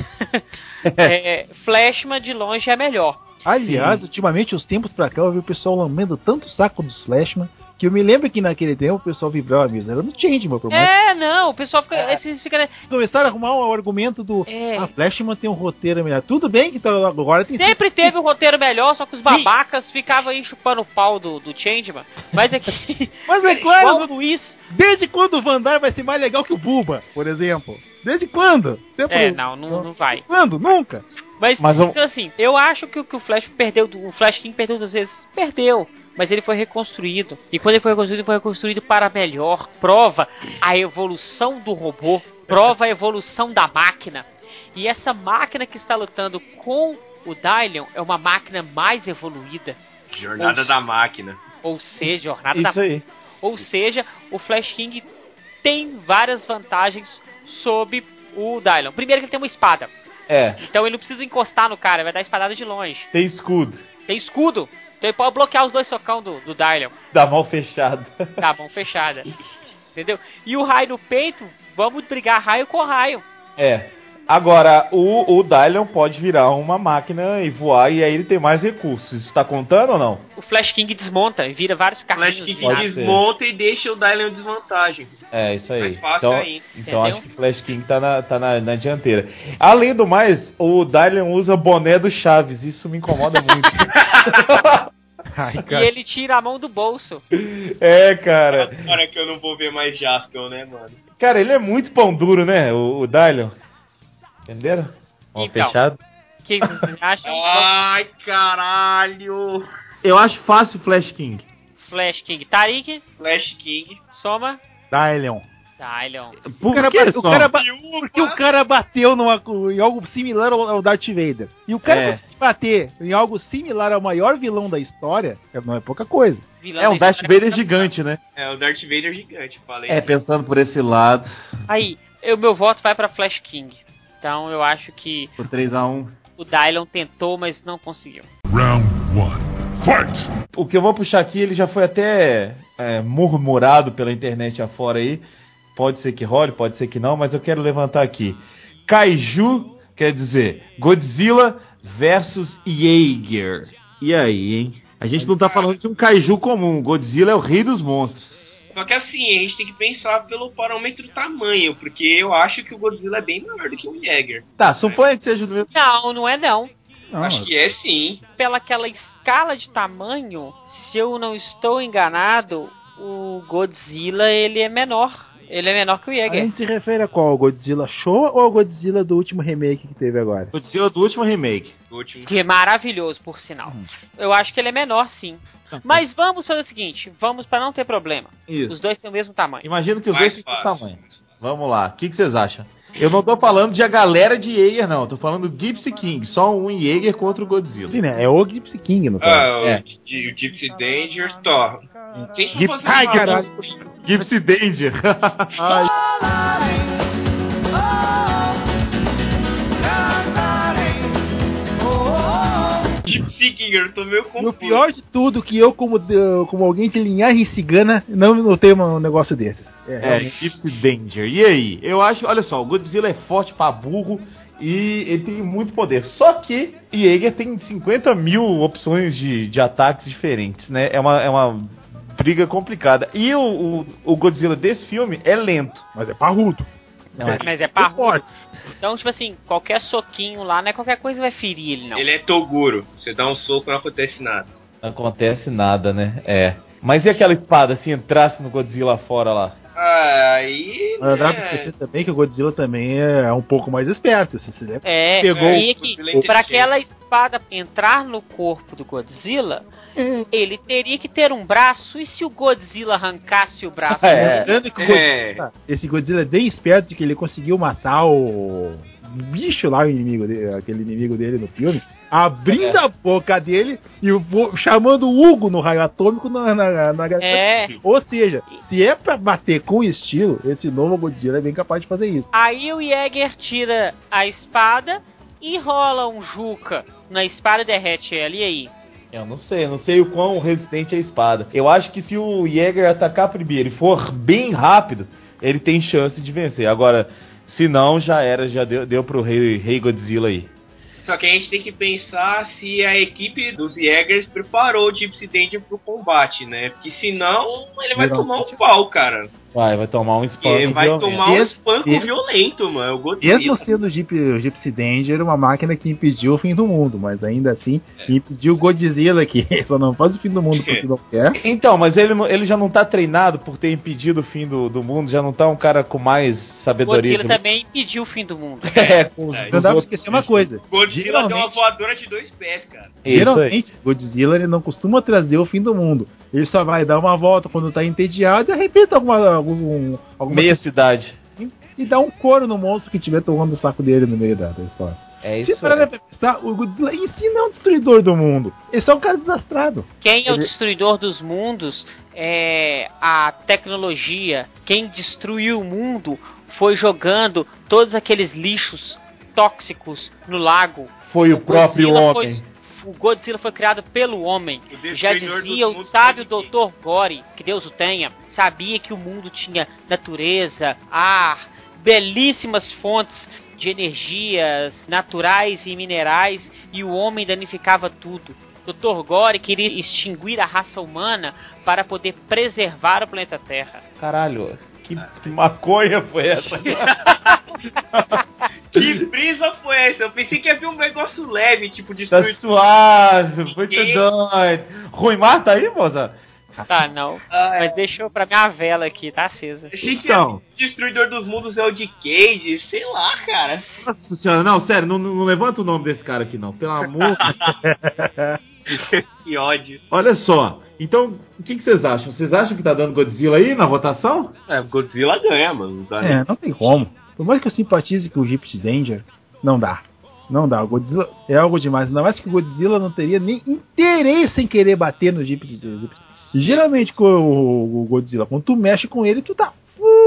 Flashman de longe é melhor. Aliás, ultimamente, os tempos pra cá, eu vi o pessoal lambendo tanto o saco dos Flashman Que eu me lembro que naquele tempo o pessoal vibrava mesmo. Era no Changeman, por mais. Não, o pessoal fica. Começaram a arrumar o argumento do. A Flashman tem um roteiro melhor. Tudo bem que agora tem. Sempre teve um roteiro melhor, só que os babacas ficavam aí chupando o pau do Changeman. Mas é que. Mas é claro, Luiz. Desde quando o Vandar vai ser mais legal que o Buba, por exemplo? Desde quando? Sempre... Não vai. Quando? Nunca. Mas então, assim, eu acho que o Flash perdeu, o Flash King perdeu 2 vezes. Perdeu. Mas ele foi reconstruído. E quando ele foi reconstruído para melhor. Prova a evolução do robô. Prova a evolução da máquina. E essa máquina que está lutando com o Dylion é uma máquina mais evoluída. Jornada da máquina. Ou seja, jornada Isso da aí. Ou seja, o Flash King tem várias vantagens sobre o Dylion. Primeiro que ele tem uma espada. Então ele não precisa encostar no cara, vai dar espadada de longe. Tem escudo. Tem escudo. Então ele pode bloquear os 2 socão do Dylion. Da mão fechada. Da mão fechada. Entendeu? E o raio no peito, vamos brigar raio com raio. Agora, o Dylion pode virar uma máquina e voar, e aí ele tem mais recursos. Isso tá contando ou não? O Flash King desmonta e vira vários O Flash carrinhos. King desmonta e deixa o Dylion em desvantagem. Isso aí. Mais fácil ainda. Então acho que o Flash King tá na dianteira. Além do mais, o Dylion usa boné do Chaves. Isso me incomoda muito. Ai, E ele tira a mão do bolso. Cara. Agora que eu não vou ver mais Jaspion, né, mano? Cara, ele é muito pão duro, né? O Dylion. Entenderam? Mão Então. fechada. O que vocês acham? Ai, caralho! Eu acho fácil o Flash King. Flash King. Tarik, Flash King. Soma. Dylion. Dylion. Porque o cara bateu em algo similar ao Darth Vader. E o cara conseguir bater em algo similar ao maior vilão da história, não é pouca coisa. É um Darth Vader gigante, né? É, o Darth Vader gigante, falei. Pensando por esse lado. Aí, o meu voto vai pra Flash King. Então eu acho que Por 3-1. o Dylion tentou, mas não conseguiu. Round 1. Fight! O que eu vou puxar aqui, ele já foi até murmurado pela internet afora aí. Pode ser que role, pode ser que não, mas eu quero levantar aqui. Kaiju, quer dizer, Godzilla versus Jaeger. E aí, hein? A gente não tá falando de um Kaiju comum. Godzilla é o rei dos monstros. Só que assim, a gente tem que pensar pelo parâmetro tamanho, porque eu acho que o Godzilla é bem maior do que o Jaeger. Tá, suponha que seja do mesmo. Não é não. Acho que é sim. Pela aquela escala de tamanho, se eu não estou enganado, o Godzilla ele é menor. Ele é menor que o A Jaeger. gente se refere a qual? O Godzilla Show ou o Godzilla do último remake que teve agora? Godzilla do último remake. O último. Que é maravilhoso, por sinal. Eu acho que ele é menor, sim. Mas vamos fazer o seguinte, vamos para não ter problema. Isso. Os dois têm o mesmo tamanho. Imagino que os Mais dois têm o fácil. tamanho. Vamos lá, o que vocês acham? Eu não tô falando de a galera de Jaeger, não. Eu tô falando do Gypsy King. Só um Jaeger contra o Godzilla. Sim, né? É o Gypsy King, no caso. O Gypsy Danger, Thor. Gypsy... Ai, caralho. Gypsy Danger. Gypsy King, eu tô meio E confuso. o pior de tudo, que eu, como alguém de linhagem cigana, não notei um negócio desses. Gypsy Danger. E aí? Eu acho, olha só, o Godzilla é forte pra burro e ele tem muito poder. Só que Jaeger tem 50 mil opções de ataques diferentes, né? É uma briga complicada. E o Godzilla desse filme é lento. Mas é parrudo. Mas é parrudo. Então, tipo assim, qualquer soquinho lá, não é qualquer coisa vai ferir ele, não. Ele é Toguro. Você dá um soco, não acontece nada. Não acontece nada, né? Mas e aquela espada, se entrasse no Godzilla fora lá? Aí, Mas dá pra esquecer também que o Godzilla também é um pouco mais esperto. Se você Pegou o que Godzilla pra aquela espada entrar no corpo do Godzilla, ele teria que ter um braço. E se o Godzilla arrancasse o braço dele? Lembrando que o Godzilla, esse Godzilla é bem esperto de que ele conseguiu matar o bicho lá, aquele inimigo dele no filme, abrindo a boca dele e chamando o Hugo no raio atômico na Ou seja, se é pra bater com estilo, esse novo Godzilla é bem capaz de fazer isso. Aí o Jaeger tira a espada e rola um Juca na espada e derrete ela. E aí? Eu não sei o quão resistente é a espada. Eu acho que se o Jaeger atacar primeiro e for bem rápido, ele tem chance de vencer. Agora, se não, já era, já deu pro Rei Godzilla aí. Só que a gente tem que pensar se a equipe dos Jaegers preparou o Gypsy Danger pro combate, né? Porque senão ele vai tomar um pau, cara. Vai tomar um espanco Vai violento. tomar um espanco violento, mano. O Godzilla. Mesmo sendo o Gypsy Danger uma máquina que impediu o fim do mundo, mas ainda assim impediu o Godzilla que só não faz o fim do mundo porque não quer. Então, mas ele já não tá treinado por ter impedido o fim do mundo, já não tá um cara com mais sabedoria. Godzilla também impediu o fim do mundo. Não dá pra esquecer uma coisa. Godzilla deu uma voadora de 2 pés, cara. Geralmente, Godzilla ele não costuma trazer o fim do mundo. Ele só vai dar uma volta quando tá entediado e arrebenta alguma meia cidade. E dá um couro no monstro que estiver tomando o saco dele no meio da história. É isso. Se parar pra pensar, o Godzilla em si não é um destruidor do mundo. Ele só é um cara desastrado. Quem é o destruidor dos mundos é a tecnologia. Quem destruiu o mundo foi jogando todos aqueles lixos tóxicos no lago. Foi o próprio homem. O Godzilla foi criado pelo homem. Já dizia o sábio Dr. Gore, que Deus o tenha, sabia que o mundo tinha natureza, ar, belíssimas fontes de energias naturais e minerais, e o homem danificava tudo. Dr. Gore queria extinguir a raça humana para poder preservar o planeta Terra. Caralho, que maconha foi essa? Que brisa foi essa? Eu pensei que ia vir um negócio leve, tipo de Tá suave, muito doido. Ruimar tá aí, moça? Tá, não. Mas deixou pra minha vela aqui, tá acesa. Então, o destruidor dos mundos é o de Cage, sei lá, cara. Nossa senhora, não, sério, não levanta o nome desse cara aqui não, pelo amor. Que ódio. Olha só, então, o que vocês acham? Vocês acham que tá dando Godzilla aí na votação? Godzilla ganha, mano. Não tem como. Por mais que eu simpatize com o Gypsy Danger, não dá. Não dá. O Godzilla é algo demais. Ainda mais que o Godzilla não teria nem interesse em querer bater no Gypsy Danger. E geralmente com o Godzilla, quando tu mexe com ele, tu tá.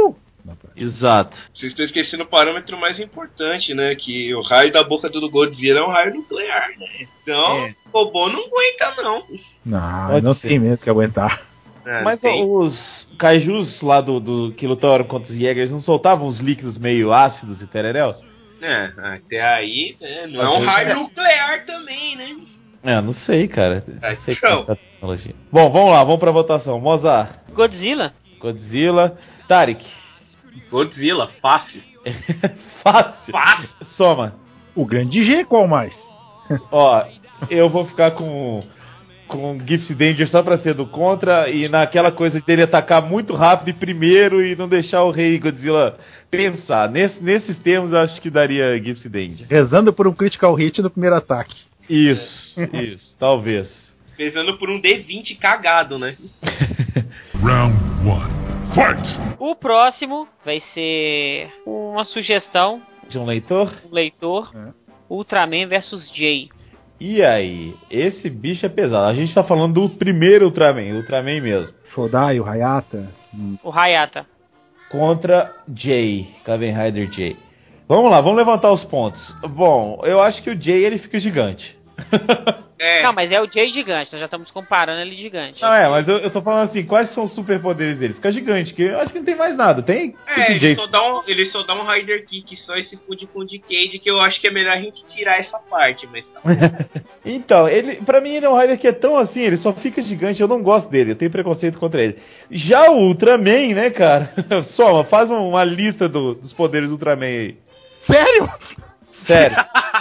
Exato. Vocês estão esquecendo o parâmetro mais importante, né? Que o raio da boca do Godzilla é um raio nuclear, né? Então, o robô não aguenta, não. Não tem mesmo que aguentar. Mas os kaijus lá do que lutaram contra os Jaegers não soltavam uns líquidos meio ácidos e tereréu? Até aí, não é um raio nuclear também, né? Não sei, cara. Não sei qual é a tecnologia. Bom, vamos lá, vamos pra votação. Mozart. Godzilla. Tarek. Godzilla, fácil. Fácil. Soma. O grande G, qual mais? Ó, eu vou ficar com Gypsy Danger só pra ser do contra e naquela coisa dele atacar muito rápido e primeiro e não deixar o rei Godzilla pensar. Nesses termos, eu acho que daria Gypsy Danger. Rezando por um critical hit no primeiro ataque. Isso, talvez. Rezando por um D20 cagado, né? Round 1. Fight! O próximo vai ser uma sugestão de um leitor. Ultraman vs Jay. E aí, esse bicho é pesado. A gente tá falando do primeiro Ultraman mesmo. Shodai, o Hayata. O Hayata. Contra Jay, Kamen Rider Jay. Vamos lá, vamos levantar os pontos. Bom, eu acho que o Jay ele fica gigante. Não, mas é o Jay gigante, nós já estamos comparando ele gigante. Não, mas eu tô falando assim, quais são os superpoderes dele? Fica gigante, que eu acho que não tem mais nada, tem? Ele só dá um Rider Kick, só esse fude com o Decade, que eu acho que é melhor a gente tirar essa parte, mas tá. Então, pra mim ele é um Rider que é tão assim, ele só fica gigante, eu não gosto dele, eu tenho preconceito contra ele. Já o Ultraman, né, cara? Só, faz uma lista dos poderes do Ultraman aí. Sério?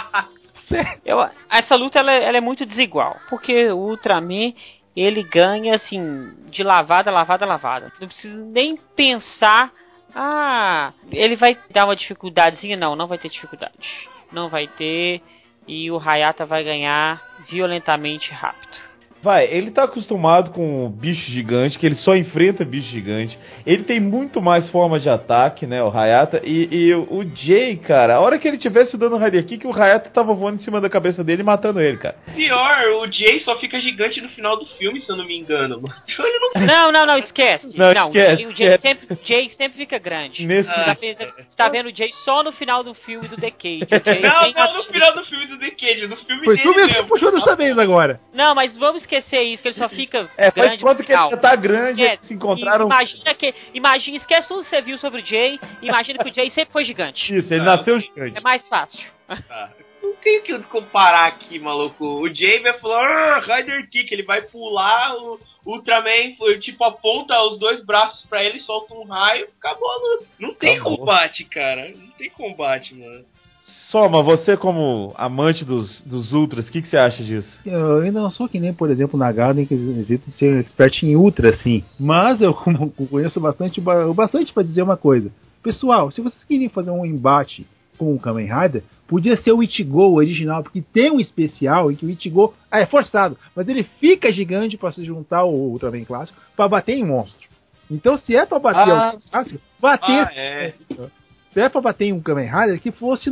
Essa luta ela é muito desigual, porque o Ultraman ele ganha assim de lavada. Não precisa nem pensar, ele vai dar uma dificuldadezinha, não vai ter dificuldade, não vai ter, e o Hayata vai ganhar violentamente rápido. Ele tá acostumado com bicho gigante, que ele só enfrenta bicho gigante. Ele tem muito mais formas de ataque, né, o Hayata. E o Jay, cara, a hora que ele tivesse dando Rider Kick, o Hayata tava voando em cima da cabeça dele e matando ele, cara. Pior, o Jay só fica gigante no final do filme, se eu não me engano. Não, esquece. Esquece. O Jay sempre fica grande. Você tá vendo o Jay só no final do filme do Decade. Não no final do filme do Decade, no filme foi dele tu mesmo que puxou dessa vez agora. Não, mas vamos esquecer isso, que ele só fica grande. Faz quanto que ele já tá grande, eles se encontraram... Imagina, esquece tudo que você viu sobre o Jay, imagina que o Jay sempre foi gigante. Isso, ele nasceu gigante. É mais fácil. tem o que comparar aqui, maluco. O Jay vai falar, Rider Kick, ele vai pular, o Ultraman, tipo, aponta os dois braços pra ele, solta um raio, acabou a luta. Não tem combate, cara. Não tem combate, mano. Soma, você como amante dos Ultras, o que você acha disso? Eu ainda não sou que nem, por exemplo, o Nagano, que existe ser um expert em Ultra, assim. Mas eu conheço bastante pra dizer uma coisa. Pessoal, se vocês querem fazer um embate com o Kamen Rider, podia ser o Ichigo original, porque tem um especial em que o Ichigo é forçado, mas ele fica gigante pra se juntar ao Ultraman clássico pra bater em monstro. Então, se é pra bater ao clássico, bater. Se é pra bater em um Kamen Rider, que fosse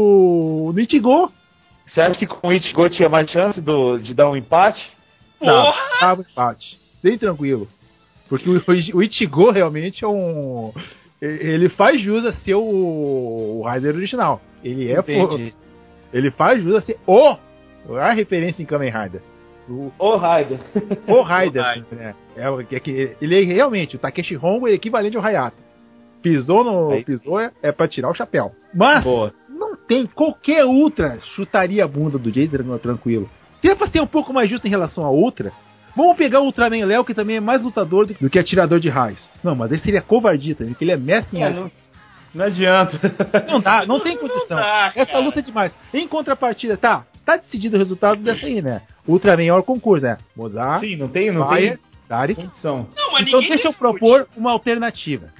no Ichigo. Você acha que com o Ichigo tinha mais chance de dar um empate? Não, dava um empate. Bem tranquilo. Porque o Ichigo realmente é um. Ele faz jus a ser o Rider original. Ele é. Ele faz jus a ser a referência em Kamen Rider. O Rider. O Rider. Né? Ele é realmente o Takeshi Hongo, é equivalente ao Hayato. Pisou é pra tirar o chapéu. Mas não tem. Qualquer Ultra chutaria a bunda do Jay tranquilo. Se é pra ser um pouco mais justo em relação a Ultra, vamos pegar o Ultraman Léo, que também é mais lutador do que atirador de raios. Não, mas esse seria covardia também, porque ele é mestre em não adianta. Não dá, não tem condição. Essa luta é demais. Em contrapartida, tá decidido o resultado dessa aí, né? Ultraman Or concurso, né? Mozart. Sim, não tem condição. Então deixa eu propor uma alternativa.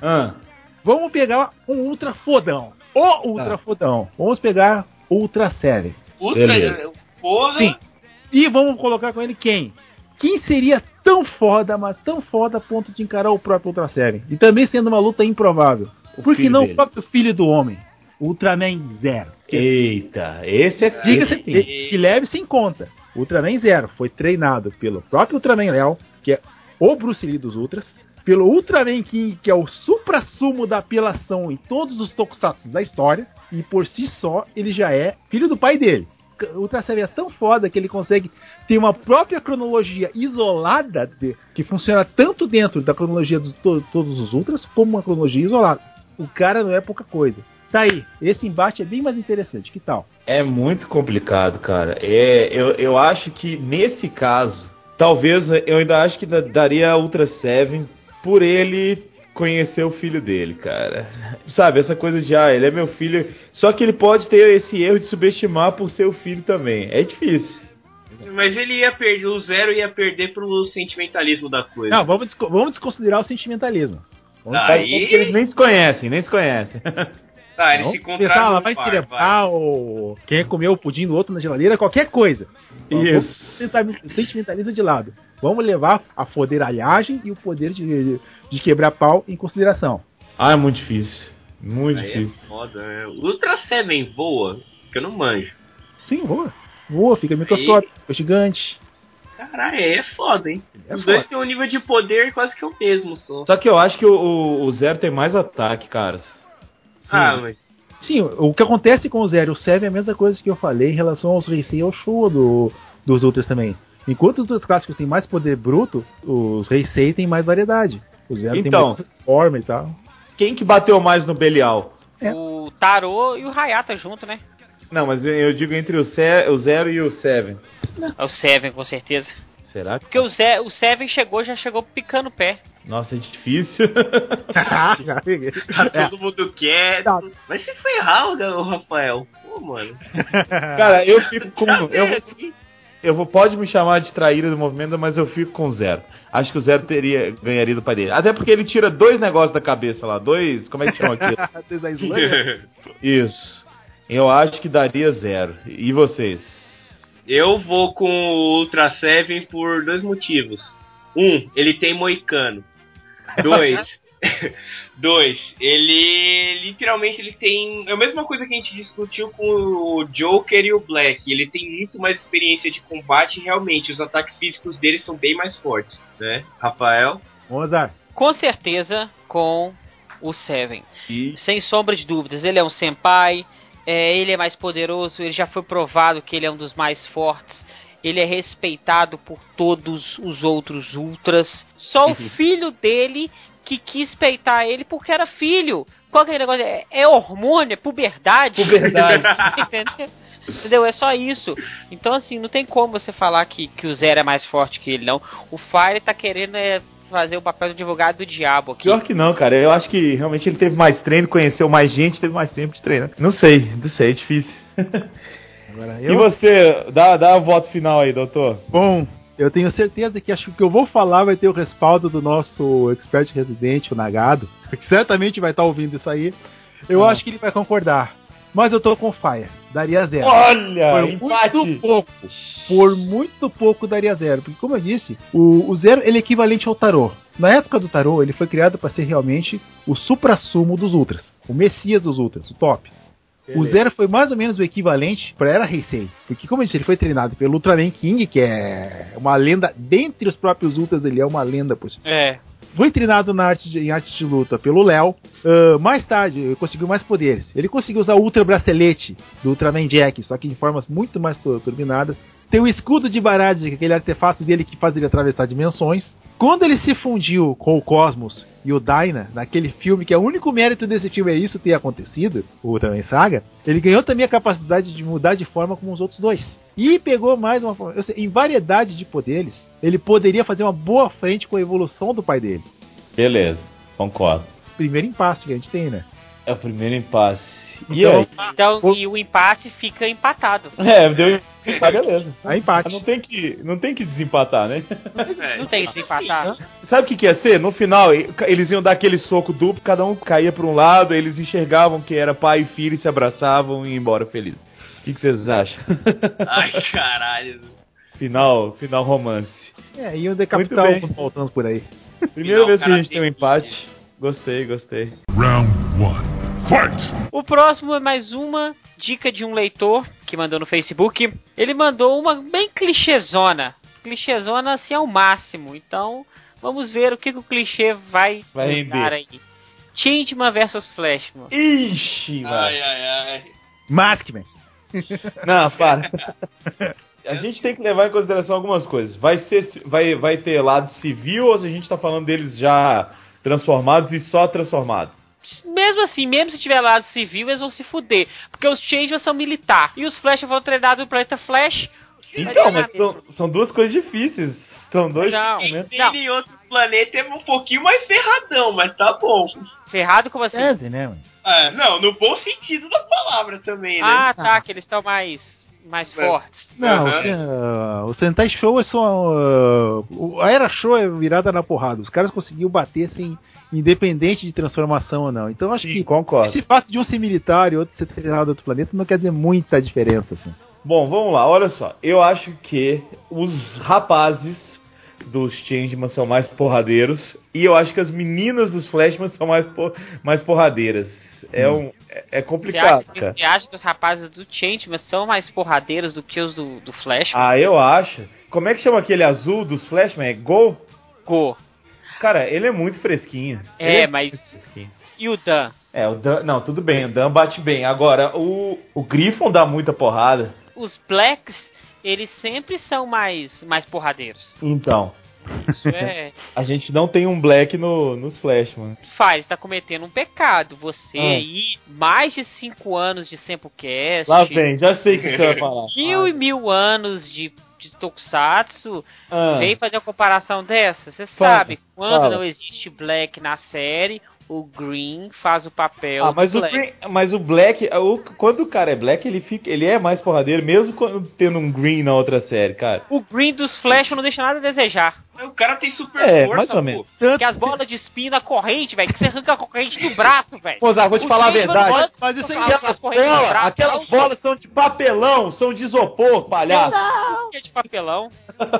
Vamos pegar um Ultra Fodão. O Ultra Fodão. Vamos pegar Ultra 7. Ultra? Porra! Sim. E vamos colocar com ele quem? Quem seria tão foda, mas tão foda a ponto de encarar o próprio Ultra 7? E também sendo uma luta improvável. Por que não o próprio filho do homem? Ultraman Zero. Eita, esse é... Diga-se que leve-se em conta. Ultraman Zero foi treinado pelo próprio Ultraman Léo, que é o Bruce Lee dos Ultras, pelo Ultraman King, que é o supra-sumo da apelação em todos os tokusatsu da história, e por si só ele já é filho do pai dele. O Ultra Seven é tão foda que ele consegue ter uma própria cronologia isolada, que funciona tanto dentro da cronologia de todos os Ultras, como uma cronologia isolada. O cara não é pouca coisa. Tá aí, esse embate é bem mais interessante, que tal? É muito complicado, cara. Eu acho que nesse caso, talvez eu ainda acho que daria a Ultra Seven por ele conhecer o filho dele, cara. Sabe, essa coisa de, ele é meu filho. Só que ele pode ter esse erro de subestimar por ser o filho também. É difícil. Mas ele ia perder, o Zero ia perder pro sentimentalismo da coisa. Não, vamos desconsiderar o sentimentalismo. Eles nem se conhecem. Tá, eles se encontraram lá vai celebrar quem comeu o pudim do outro na geladeira, qualquer coisa. Isso. Vamos sentimentalismo de lado. Vamos levar a foderalhagem e o poder de quebrar pau em consideração. É muito difícil. Muito difícil. É foda, né? O Ultra Seven voa, que eu não manjo. Sim, voa. Voa, fica microscópico, fica gigante. Caralho, é foda, hein? Os dois têm um nível de poder quase que o mesmo, só. Só que eu acho que o Zero tem mais ataque, caras. Mas... Sim, o que acontece com o Zero e o Seven é a mesma coisa que eu falei em relação aos Heisei e ao Showa dos Ultras também. Enquanto os dois clássicos têm mais poder bruto, os Heisei têm mais variedade. O Zero tem mais forma e tal. Quem que bateu mais no Belial? O Tarô e o Hayata junto, né? Não, mas eu digo entre o Zero e o Seven. É o Seven, com certeza. Será? Porque o Seven já chegou picando o pé. Nossa, é difícil. Tá todo mundo quieto. Tá. Vai se ferrar o Rafael. Pô, mano. Cara, eu fico com... Pode me chamar de traíra do movimento, mas eu fico com o Zero. Acho que o Zero ganharia do pai dele. Até porque ele tira 2 negócios da cabeça lá. 2... Como é que chama aquilo? Isso. Eu acho que daria 0. E vocês? Eu vou com o Ultra Seven por 2 motivos. 1, ele tem moicano. 2, ele literalmente ele tem a mesma coisa que a gente discutiu com o Joker e o Black. Ele tem muito mais experiência de combate e realmente os ataques físicos dele são bem mais fortes, né? Rafael? Mozart. Com certeza com o Seven. Sem sombra de dúvidas, ele é um senpai, ele é mais poderoso, ele já foi provado que ele é um dos mais fortes. Ele é respeitado por todos os outros Ultras. Só o filho dele que quis peitar ele porque era filho. Qual que é o negócio? É hormônio, é puberdade. Puberdade. Entendeu? Entendeu? É só isso. Então, assim, não tem como você falar que o Zero é mais forte que ele, não. O Fire tá querendo fazer o papel do advogado do diabo aqui. Pior que não, cara. Eu acho que realmente ele teve mais treino, conheceu mais gente, teve mais tempo de treinar. Não sei, é difícil. Agora, E você, dá o voto final aí, doutor. Bom, eu tenho certeza que acho que o que eu vou falar vai ter o respaldo do nosso expert residente, o Nagado, que certamente vai estar ouvindo isso aí. Eu acho que ele vai concordar. Mas eu tô com o Fire. Daria 0. Olha, Por empate. muito pouco. Por muito pouco daria 0. Porque, como eu disse, o 0 ele é equivalente ao tarô. Na época do tarô, ele foi criado para ser realmente o supra-sumo dos Ultras. O Messias dos Ultras, o top. O Zero foi mais ou menos o equivalente para Era Heisei. Porque, como eu disse, ele foi treinado pelo Ultraman King, que é uma lenda, dentre os próprios Ultras, ele é uma lenda por si. Foi treinado em arte de luta pelo Léo. Mais tarde, ele conseguiu mais poderes. Ele conseguiu usar o Ultra Bracelete do Ultraman Jack, só que em formas muito mais turbinadas. Tem o escudo de Barad, que é aquele artefato dele que faz ele atravessar dimensões. Quando ele se fundiu com o Cosmos e o Dyna, naquele filme, que é o único mérito desse filme é isso ter acontecido, o Ultraman Saga, ele ganhou também a capacidade de mudar de forma como os outros dois. E pegou mais uma forma. Em variedade de poderes, ele poderia fazer uma boa frente com a evolução do pai dele. Beleza, concordo. Primeiro impasse que a gente tem, né? É o primeiro impasse. E Então, aí? Então, e o empate fica empatado. Deu empate, beleza. A empate. Não tem que desempatar, né? Não tem que desempatar. Sabe o que ia ser? No final, eles iam dar aquele soco duplo, cada um caía pra um lado, eles enxergavam que era pai e filho, e se abraçavam e iam embora felizes. O que vocês acham? Ai, caralho. Final romance. Iam decapitar Muito bem. alguns faltantes por aí. Primeira vez que a gente cara, tem um empate. Gostei. Round 1. Fight! O próximo é mais uma dica de um leitor que mandou no Facebook. Ele mandou uma bem clichêzona. Clichêzona assim ao máximo. Então, vamos ver o que o clichê vai nos dar aí. Changeman vs Flashman. Ixi, mano. Ai. Maskman. Não, para. A gente tem que levar em consideração algumas coisas. Vai ter lado civil ou se a gente tá falando deles já transformados e só transformados? Mesmo assim, mesmo se tiver lado civil, eles vão se fuder. Porque os Changeman são militar. E os Flash foram treinados no planeta Flash. Então, mas são duas coisas difíceis. São dois momentos. Ele em outro planeta é um pouquinho mais ferradão, mas tá bom. Ferrado como assim? Né, mano? Não, no bom sentido da palavra também, né? Ah, tá, que eles estão mais fortes. Não, o Sentai Show é só. A Era Show é virada na porrada. Os caras conseguiam bater sem. Independente de transformação ou não. Então acho que concordo. Esse fato de um ser militar e outro ser treinado em outro planeta não quer dizer muita diferença, assim. Bom, vamos lá, olha só. Eu acho que os rapazes dos Changeman são mais porradeiros e eu acho que as meninas dos Flashman são mais porradeiras. É complicado, cara. Você acha que os rapazes do Changeman são mais porradeiros do que os do Flashman? Ah, eu acho. Como é que chama aquele azul dos Flashman? É Go? Go. Cara, ele é muito fresquinho. Mas... Fresquinho. E o Dan? O Dan... Não, tudo bem, o Dan bate bem. Agora, o Griffon dá muita porrada. Os Blacks, eles sempre são mais porradeiros. Então. Isso é... A gente não tem um Black nos Flashman. Tá cometendo um pecado. Você aí, mais de 5 anos de Samplecast... Lá vem, já sei o que você vai falar. 1000 anos de Tokusatsu, vem fazer uma comparação dessa. Você sabe, quando não existe Black na série, o Green faz o papel mas do Black. Mas o Black, quando o cara é Black, ele é mais porradeiro, mesmo quando tendo um Green na outra série, cara. O Green dos Flash não deixa nada a desejar. O cara tem super força, mais ou menos. Que as bolas de espinho na corrente, velho, que você arranca a corrente do braço, velho. Mozart, vou te falar a verdade. Mas isso Aquelas bolas são de papelão, são de isopor, palhaço. Não, que é de papelão.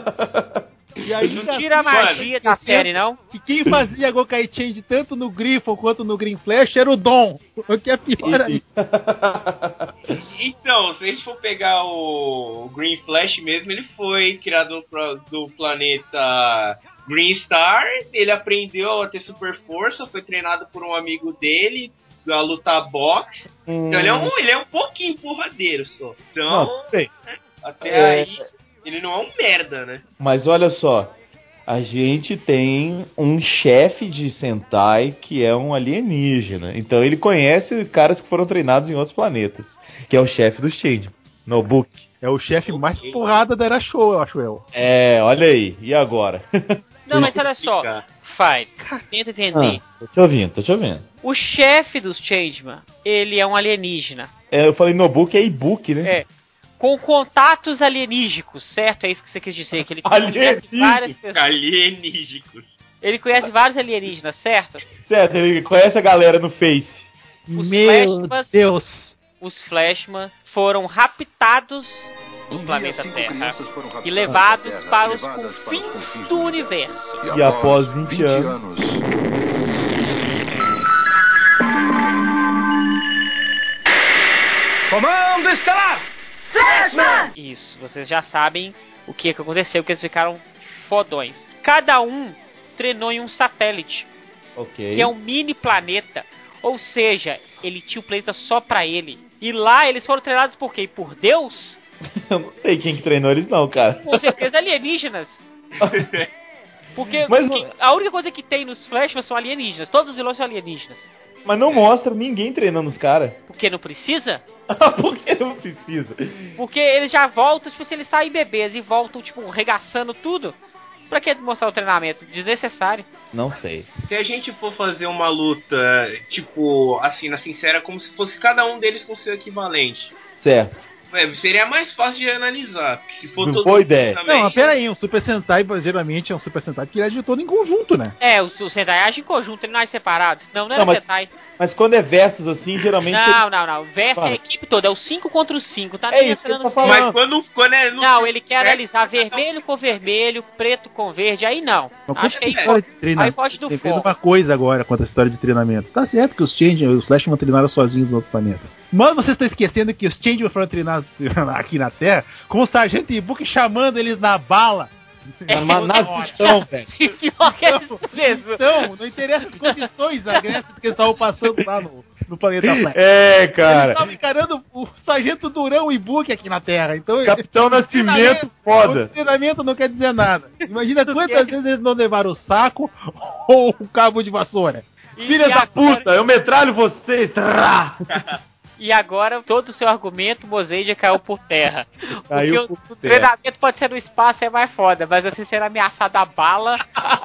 E aí, não tira a magia da série, não. Que quem fazia Gokai Change tanto no Griffon quanto no Green Flash era o Dom. O que é pior aí. Então, se a gente for pegar o Green Flash mesmo, ele foi criado do planeta Green Star. Ele aprendeu a ter super força, foi treinado por um amigo dele a lutar boxe. Então ele é um pouquinho porradeiro só. Então, até aí... Ele não é um merda, né? Mas olha só, a gente tem um chefe de Sentai que é um alienígena. Então ele conhece caras que foram treinados em outros planetas, que é o chefe dos Changeman. Nobuki. É o chefe mais porrada da Era Show, eu acho eu. É, olha aí. E agora? Não, mas olha só. Fire, tenta entender. Tô te ouvindo. O chefe dos Changeman, ele é um alienígena. É, eu falei Nobuki, é Ibuki, né? É. Com contatos alienígicos, certo? É isso que você quis dizer, que ele conhece várias pessoas. Alienígicos. Ele conhece vários alienígenas, certo? Certo, ele conhece a galera no Face. Meu Deus! Os Flashman foram raptados do planeta Terra e levados para os confins do universo. E após 20 anos... Comando estelar! Flashman! Isso, vocês já sabem o que aconteceu, que eles ficaram fodões. Cada um treinou em um satélite, que é um mini planeta. Ou seja, ele tinha o planeta só pra ele. E lá eles foram treinados por quê? Por Deus? Eu não sei quem que treinou eles não, cara. Com certeza alienígenas. Porque a única coisa que tem nos Flashman são alienígenas. Todos os vilões são alienígenas. Mas não mostra ninguém treinando os caras. Porque não precisa? Por que não precisa? Porque eles já voltam, tipo, se eles saem bebês e voltam, tipo, regaçando tudo. Pra que mostrar o treinamento? Desnecessário. Não sei. Se a gente for fazer uma luta, tipo, assim, na sincera, como se fosse cada um deles com seu equivalente. Certo. Seria mais fácil de analisar. Se for todo boa ideia. também... Não, mas pera aí, um Super Sentai geralmente é um Super Sentai que ele age todo em conjunto, né? É, o Sentai age em conjunto, ele não age separado. Não é mas, Sentai. Mas quando é versus assim, geralmente... Não. Versus é a equipe toda, é o 5 contra os 5, tá? É isso que eu tô falando. Mas quando é... Não, ele quer analisar vermelho com vermelho, preto com verde, aí não. Acho que aí pode do foco. Uma coisa agora quanto à história de treinamento. Tá certo que os Flashman treinaram sozinhos nos outros planetas. Mas vocês estão esquecendo que os Changeman foram treinados aqui na Terra com o Sargento Ibuki chamando eles na bala. Nazistão, velho. Então, não interessa as condições agressivas que eles estavam passando lá no planeta Flash. É, cara. Eles estavam encarando o Sargento Durão Ibuki aqui na Terra. Então, Capitão Nascimento, foda. O treinamento não quer dizer nada. Imagina quantas vezes eles não levaram o saco ou o cabo de vassoura. Filha da puta, eu metralho vocês. E agora todo o seu argumento, Mosei, já caiu por terra. Caiu Porque o treinamento pode ser no espaço, é mais foda, mas você ser ameaçado a bala.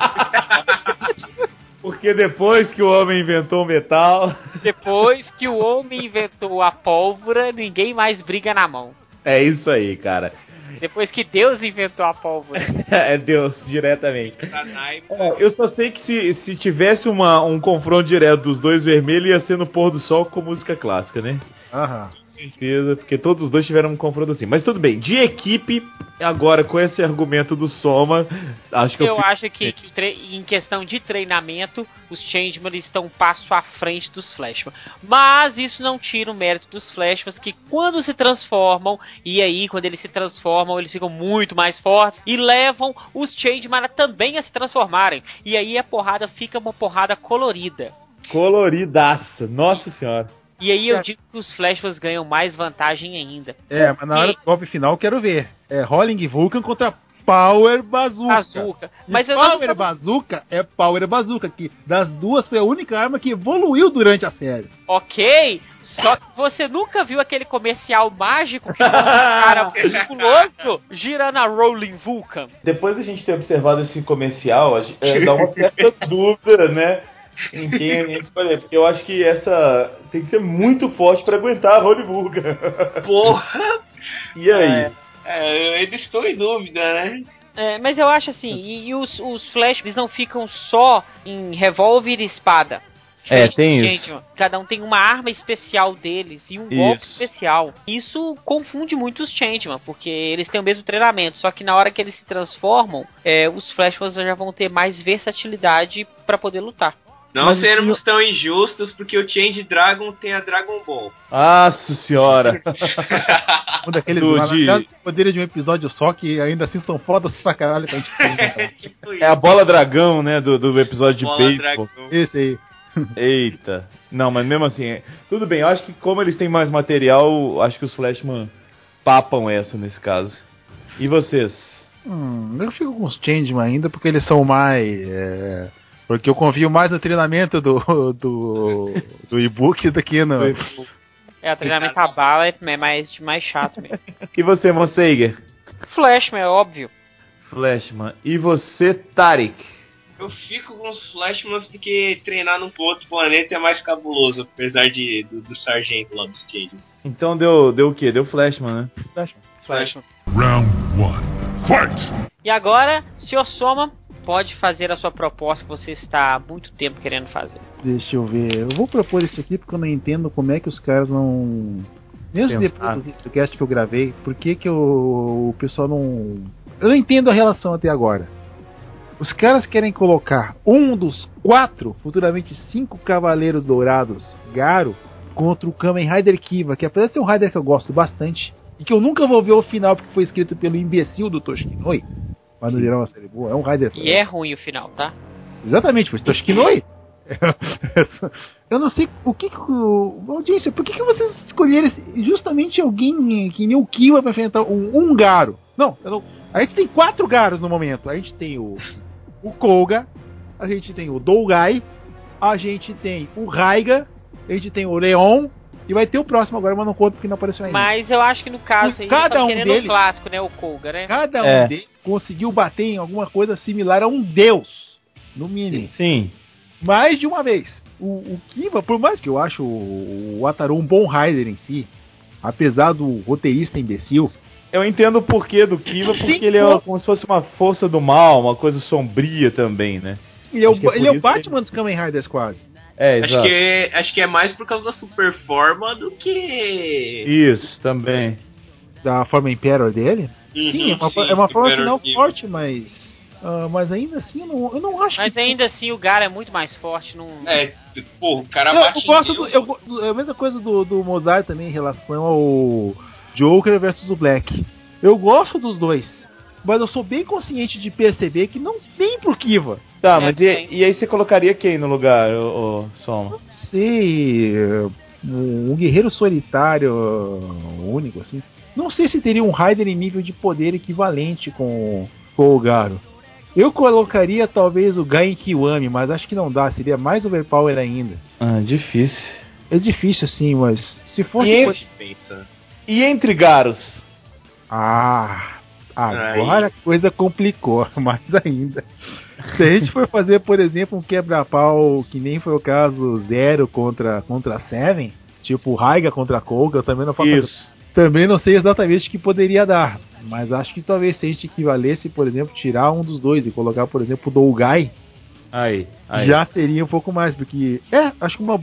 Porque depois que o homem inventou o metal. Depois que o homem inventou a pólvora, ninguém mais briga na mão. É isso aí, cara. Depois que Deus inventou a pólvora. É Deus, diretamente. Eu só sei que se tivesse um confronto direto dos dois vermelhos, ia ser no pôr do sol com música clássica, né? Aham. Com certeza, porque todos os dois tiveram um confronto assim. Mas tudo bem, de equipe, agora com esse argumento do Soma, acho que eu acho que em questão de treinamento, os Changeman estão um passo à frente dos Flashman. Mas isso não tira o mérito dos Flashman, que quando se transformam, e aí quando eles se transformam, eles ficam muito mais fortes e levam os Changeman também a se transformarem. E aí a porrada fica uma porrada colorida. Coloridaça, nossa senhora. E aí eu digo que os Flashmans ganham mais vantagem ainda. Mas na hora do golpe final eu quero ver. É Rolling Vulcan contra Power Bazooka. Mas Power Bazooka é Power Bazooka, que das duas foi a única arma que evoluiu durante a série. Ok, só que você nunca viu aquele comercial mágico que um cara musculoso girando a Rolling Vulcan? Depois da gente ter observado esse comercial, dá uma certa dúvida, né? Em quem a gente escolher, porque eu acho que essa tem que ser muito forte pra aguentar a Rolling Vulcan. Porra! E aí? Eles estão em dúvida, né? Mas eu acho assim, e os Flash, eles não ficam só em revólver e espada. Tem isso. Cada um tem uma arma especial deles e um golpe especial. Isso confunde muito os Changeman, porque eles têm o mesmo treinamento, só que na hora que eles se transformam, os Flashmans já vão ter mais versatilidade pra poder lutar. Não sermos tão injustos, porque o Change Dragon tem a Dragon Ball. Nossa senhora! Um daqueles poderes de um episódio só, que ainda assim são fodas pra caralho pra gente É a bola dragão, né, do episódio de beisebol. Esse aí. Eita. Não, mas mesmo assim, tudo bem, eu acho que como eles têm mais material, acho que os Flashman papam essa nesse caso. E vocês? Eu fico com os Changeman ainda, porque eles são mais... Porque eu confio mais no treinamento do e-book do que no... O treinamento a bala é mais chato mesmo. E você, Monseiger? Flashman, é óbvio. Flashman. E você, Tarik? Eu fico com os Flashmans porque treinar num outro planeta é mais cabuloso, apesar do sargento lá do Stadium. Então deu o quê? Deu Flashman, né? Flashman. Round 1. Fight! E agora, Sr. Soma, pode fazer a sua proposta que você está há muito tempo querendo fazer. Deixa eu ver. Eu vou propor isso aqui porque eu não entendo como é que os caras não... Mesmo depois do cast que eu gravei, por que o pessoal não... Eu não entendo a relação até agora. Os caras querem colocar um dos 4, futuramente 5 Cavaleiros Dourados Garo contra o Kamen Rider Kiva, que apesar de ser um Rider que eu gosto bastante, e que eu nunca vou ver o final porque foi escrito pelo imbecil do Toshinoi, mas no geral é uma série boa, é um Rider... E é ruim o final, tá? Exatamente, foi Toshinoi. Eu não sei o que audiência, por que vocês escolheram justamente alguém que nem o Kiva pra enfrentar um Garo? Não, a gente tem 4 Garos no momento. A gente tem o Koga, a gente tem o Dougai, a gente tem o Raiga, a gente tem o Leon, e vai ter o próximo agora, mas não conto porque não apareceu ainda. Mas eu acho que no caso aí cada querendo deles, um clássico, né? O Koga, né? Cada um deles conseguiu bater em alguma coisa similar a um deus, no mínimo. Sim. Mais de uma vez. O Kiva, por mais que eu acho o Ataru um bom Rider em si, apesar do roteirista imbecil, eu entendo o porquê do Kiva, porque ele é como se fosse uma força do mal, uma coisa sombria também, né? Ele é o Batman dos Kamen Riders quase. Exato. Acho que é mais por causa da super forma do que... Isso, também. Da forma Imperial dele? Sim, é uma forma final forte, mas ainda assim eu não acho mas que... ainda assim o Gara é muito mais forte. Não... o cara bate é a mesma coisa do Mozart também em relação ao Joker versus o Black. Eu gosto dos dois, mas eu sou bem consciente de perceber que não tem pro Kiva. Tá, mas e aí você colocaria quem no lugar, o Soma? Não sei, um guerreiro solitário único, assim. Não sei se teria um Rider em nível de poder equivalente com o Garo. Eu colocaria talvez o Gain Kiwami, mas acho que não dá, seria mais overpower ainda. Difícil. É difícil sim, mas se fosse... E entre Garos? Agora a coisa complicou mais ainda. Se a gente for fazer, por exemplo, um quebra-pau que nem foi o caso Zero contra Seven, tipo Raiga contra Koga, eu também não faço isso. Também não sei exatamente o que poderia dar, mas acho que talvez se a gente equivalesse, por exemplo, tirar um dos dois e colocar, por exemplo, o Dougai, aí. já seria um pouco mais, porque acho que uma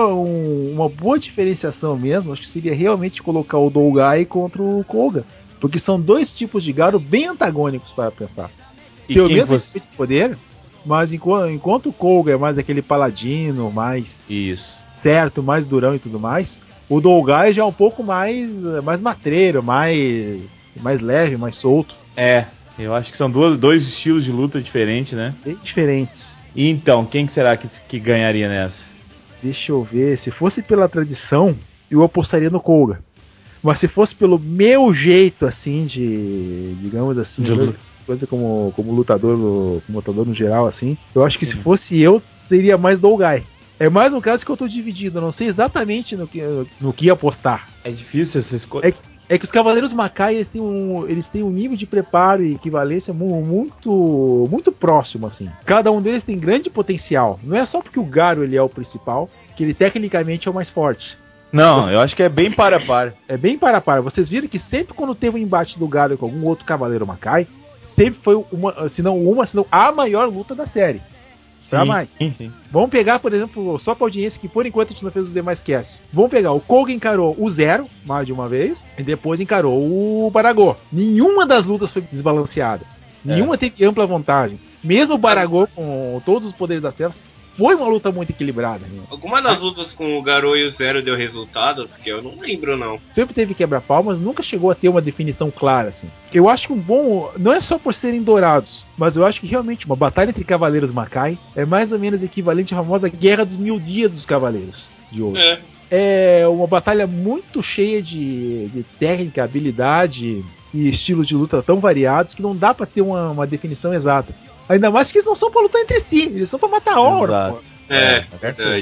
boa diferenciação mesmo, acho que seria realmente colocar o Dougai contra o Koga, porque são dois tipos de Garo bem antagônicos para pensar. E tem o mesmo tipo de poder, mas enquanto o Koga é mais aquele paladino, mais certo, mais durão e tudo mais, o Dougai já é um pouco mais matreiro, mais leve, mais solto. Eu acho que são dois estilos de luta diferentes, né? Bem diferentes. E então, quem será que ganharia nessa? Deixa eu ver, se fosse pela tradição, eu apostaria no Koga. Mas se fosse pelo meu jeito, assim, digamos assim, coisa como lutador no geral, assim, eu acho que se fosse eu, seria mais Dougai. É mais um caso que eu tô dividido, eu não sei exatamente no que apostar. É difícil essa escolha. É que os Cavaleiros Makai, eles têm um nível de preparo e equivalência muito, muito próximo, assim. Cada um deles tem grande potencial. Não é só porque o Garo ele é o principal, que ele tecnicamente é o mais forte. Não, eu acho que é bem para a par. É bem para a par. Vocês viram que sempre quando teve um embate do Garo com algum outro Cavaleiro Makai, sempre foi se não a maior luta da série. Pra mais. Sim. Vamos pegar, por exemplo, só pra audiência que por enquanto a gente não fez os demais casts. Vamos pegar, o Koga encarou o Zero, mais de uma vez, e depois encarou o Baragô. Nenhuma das lutas foi desbalanceada. Nenhuma teve ampla vantagem. Mesmo o Baragô, com todos os poderes das trevas, foi uma luta muito equilibrada. Né? Alguma das lutas com o Garou e o Zero deu resultado? Porque eu não lembro, não. Sempre teve quebra-pau, mas nunca chegou a ter uma definição clara, assim. Eu acho que um bom... Não é só por serem dourados, mas eu acho que realmente uma batalha entre Cavaleiros Makai é mais ou menos equivalente à famosa Guerra dos 1000 Dias dos Cavaleiros de Ouro. É uma batalha muito cheia de técnica, habilidade e estilos de luta tão variados que não dá pra ter uma definição exata. Ainda mais que eles não são pra lutar entre si, eles são pra matar a hora. Verdade.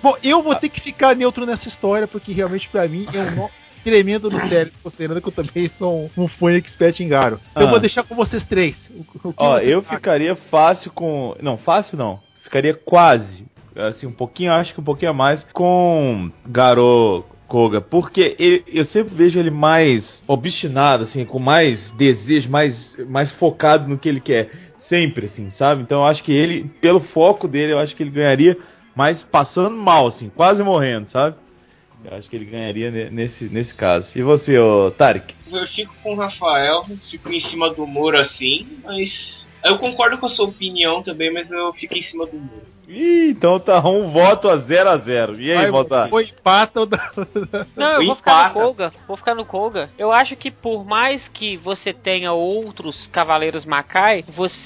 Bom, eu vou ter que ficar neutro nessa história, porque realmente pra mim é um nó tremendo no cérebro, considerando que eu também sou um fã expert em Garo. Eu vou deixar com vocês três. Eu ficaria fácil com... Não, fácil não. Ficaria quase. Assim, acho que um pouquinho a mais com Garo Koga. Porque eu sempre vejo ele mais obstinado, assim, com mais desejo, mais focado no que ele quer. Sempre, assim, sabe? Então eu acho que ele, pelo foco dele, eu acho que ele ganharia, mas passando mal, assim, quase morrendo, sabe? Eu acho que ele ganharia nesse caso. E você, Tarek? Eu fico com o Rafael, fico em cima do muro assim, mas... Eu concordo com a sua opinião também, mas eu fico em cima do muro. Ih, então tá um voto a 0-0. E aí, Mozart? Ou empata ou... Não, eu vou ficar no Koga. Vou ficar no Koga. Eu acho que por mais que você tenha outros Cavaleiros Makai,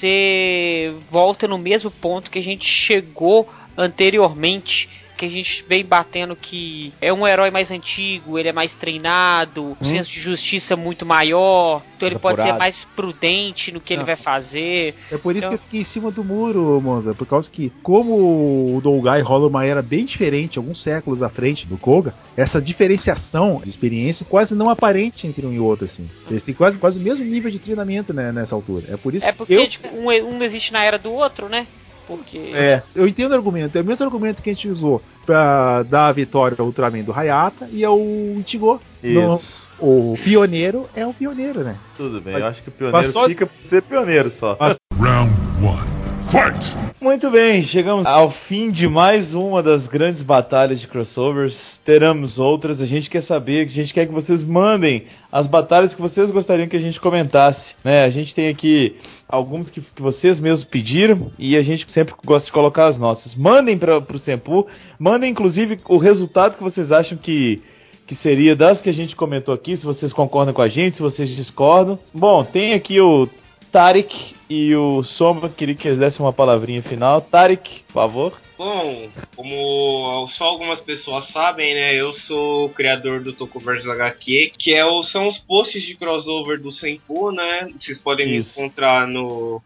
você volta no mesmo ponto que a gente chegou anteriormente. Que a gente vem batendo que é um herói mais antigo, ele é mais treinado, um senso de justiça muito maior, então ele pode ser mais prudente no que ele vai fazer. É por isso que eu fiquei em cima do muro, Monza, por causa que, como o Dogai rola uma era bem diferente, alguns séculos à frente do Koga, essa diferenciação de experiência quase não aparente entre um e outro, assim. Eles têm quase o mesmo nível de treinamento, né, nessa altura. É por isso porque tipo, um não existe na era do outro, né? Porque... eu entendo o argumento. É o mesmo argumento que a gente usou pra dar a vitória ao Ultraman do Hayata e ao Ichigo. O pioneiro é o pioneiro, né? Tudo bem, eu acho que o pioneiro fica por ser pioneiro só. Round 1. Fight! Muito bem, chegamos ao fim de mais uma das grandes batalhas de crossovers. Teremos outras, a gente quer saber, a gente quer que vocês mandem as batalhas que vocês gostariam que a gente comentasse, né? A gente tem aqui alguns que vocês mesmos pediram e a gente sempre gosta de colocar as nossas. Mandem pro Senpu, mandem inclusive o resultado que vocês acham que seria das que a gente comentou aqui, se vocês concordam com a gente, se vocês discordam. Bom, tem aqui o Tarek e o Soma, queria que eles dessem uma palavrinha final. Tarek, por favor. Bom, como só algumas pessoas sabem, né, eu sou o criador do Tokuverso HQ, que são os posts de crossover do Senpu, né, vocês podem me encontrar no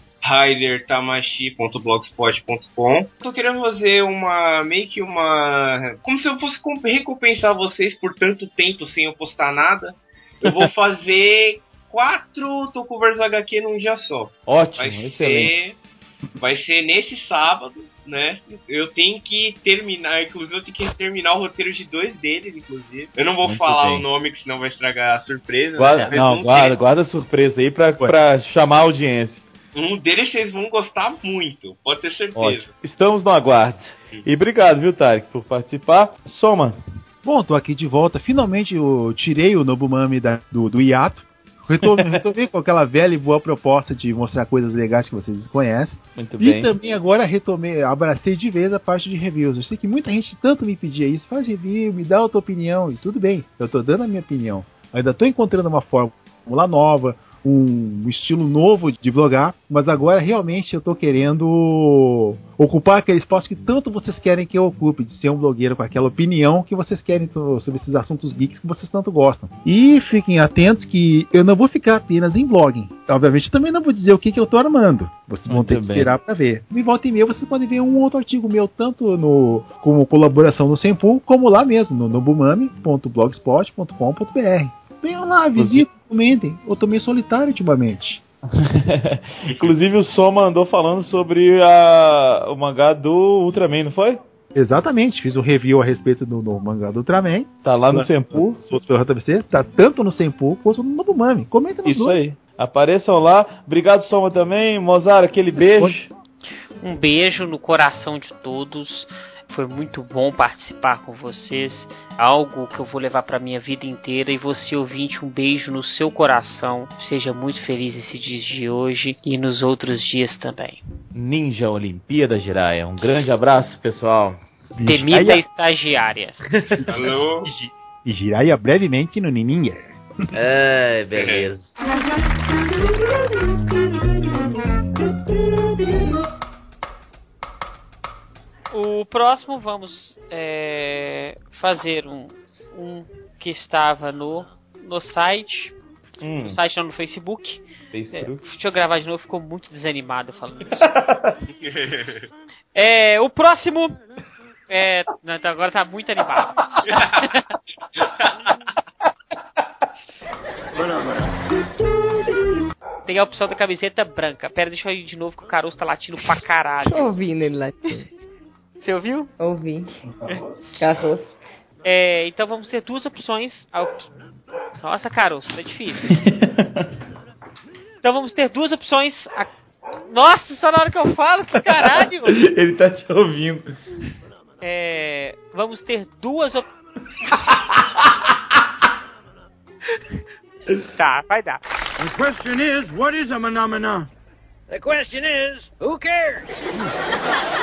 ridertamashi.blogspot.com. Tô querendo fazer como se eu fosse recompensar vocês por tanto tempo sem eu postar nada. Eu vou fazer 4 Tokuverso HQ num dia só. Ótimo, excelente. Vai ser nesse sábado, né? Eu tenho que terminar o roteiro de 2 deles, inclusive. Eu não vou falar o nome, que senão vai estragar a surpresa. Guarda a surpresa aí pra chamar a audiência. Um deles vocês vão gostar muito, pode ter certeza. Ótimo. Estamos no aguardo. E obrigado, viu, Tarek, por participar. Soma. Bom, tô aqui de volta. Finalmente eu tirei o Nobumami do hiato. Retomei com aquela velha e boa proposta de mostrar coisas legais que vocês conhecem. Muito bem. E também agora abracei de vez a parte de reviews. Eu sei que muita gente tanto me pedia isso. Faz review, me dá a tua opinião. E tudo bem, eu tô dando a minha opinião. Ainda tô encontrando uma fórmula nova, um estilo novo de vlogar, mas agora realmente eu tô querendo ocupar aquele espaço que tanto vocês querem que eu ocupe, de ser um blogueiro com aquela opinião que vocês querem sobre esses assuntos geeks que vocês tanto gostam. E fiquem atentos que eu não vou ficar apenas em vlogging. Obviamente também não vou dizer o que eu tô armando. Vocês vão ter que esperar para ver. Me volta e meia vocês podem ver um outro artigo meu, tanto como colaboração no Senpu, como lá mesmo, no nobumami.blogspot.com.br. Venham lá, visitem, comentem. Eu tô meio solitário ultimamente. Inclusive o Soma andou falando sobre o mangá do Ultraman, não foi? Exatamente, fiz um review a respeito do mangá do Ultraman. Tá lá no Senpu. Tá tanto no Senpu quanto no Nobumami. Comenta nos dois. Isso aí. Apareçam lá. Obrigado, Soma, também. Mozart, aquele beijo. Um beijo no coração de todos. Foi muito bom participar com vocês, algo que eu vou levar para minha vida inteira. E você, ouvinte, um beijo no seu coração. Seja muito feliz esse dia de hoje e nos outros dias também. Ninja Olimpíada Jiraiya, um grande abraço, pessoal. Temida estagiária. Alô? E Jiraiya brevemente no Nininha. Beleza. O próximo vamos fazer um que estava no site. No site, não, no Facebook. Deixa eu gravar de novo, ficou muito desanimado falando isso. O próximo Então agora tá muito animado. Tem a opção da camiseta branca. Pera, deixa eu ir de novo que o Caroço tá latindo pra caralho. Tô ouvindo ele latir. Você ouviu? Ouvi. Caroço. Então vamos ter duas opções. Nossa, Caroço, tá difícil. Então vamos ter duas opções. Nossa, só na hora que eu falo, que caralho! Ele tá te ouvindo. Vamos ter duas Tá, vai dar. The question is, what is a phenomena? The question is, who cares?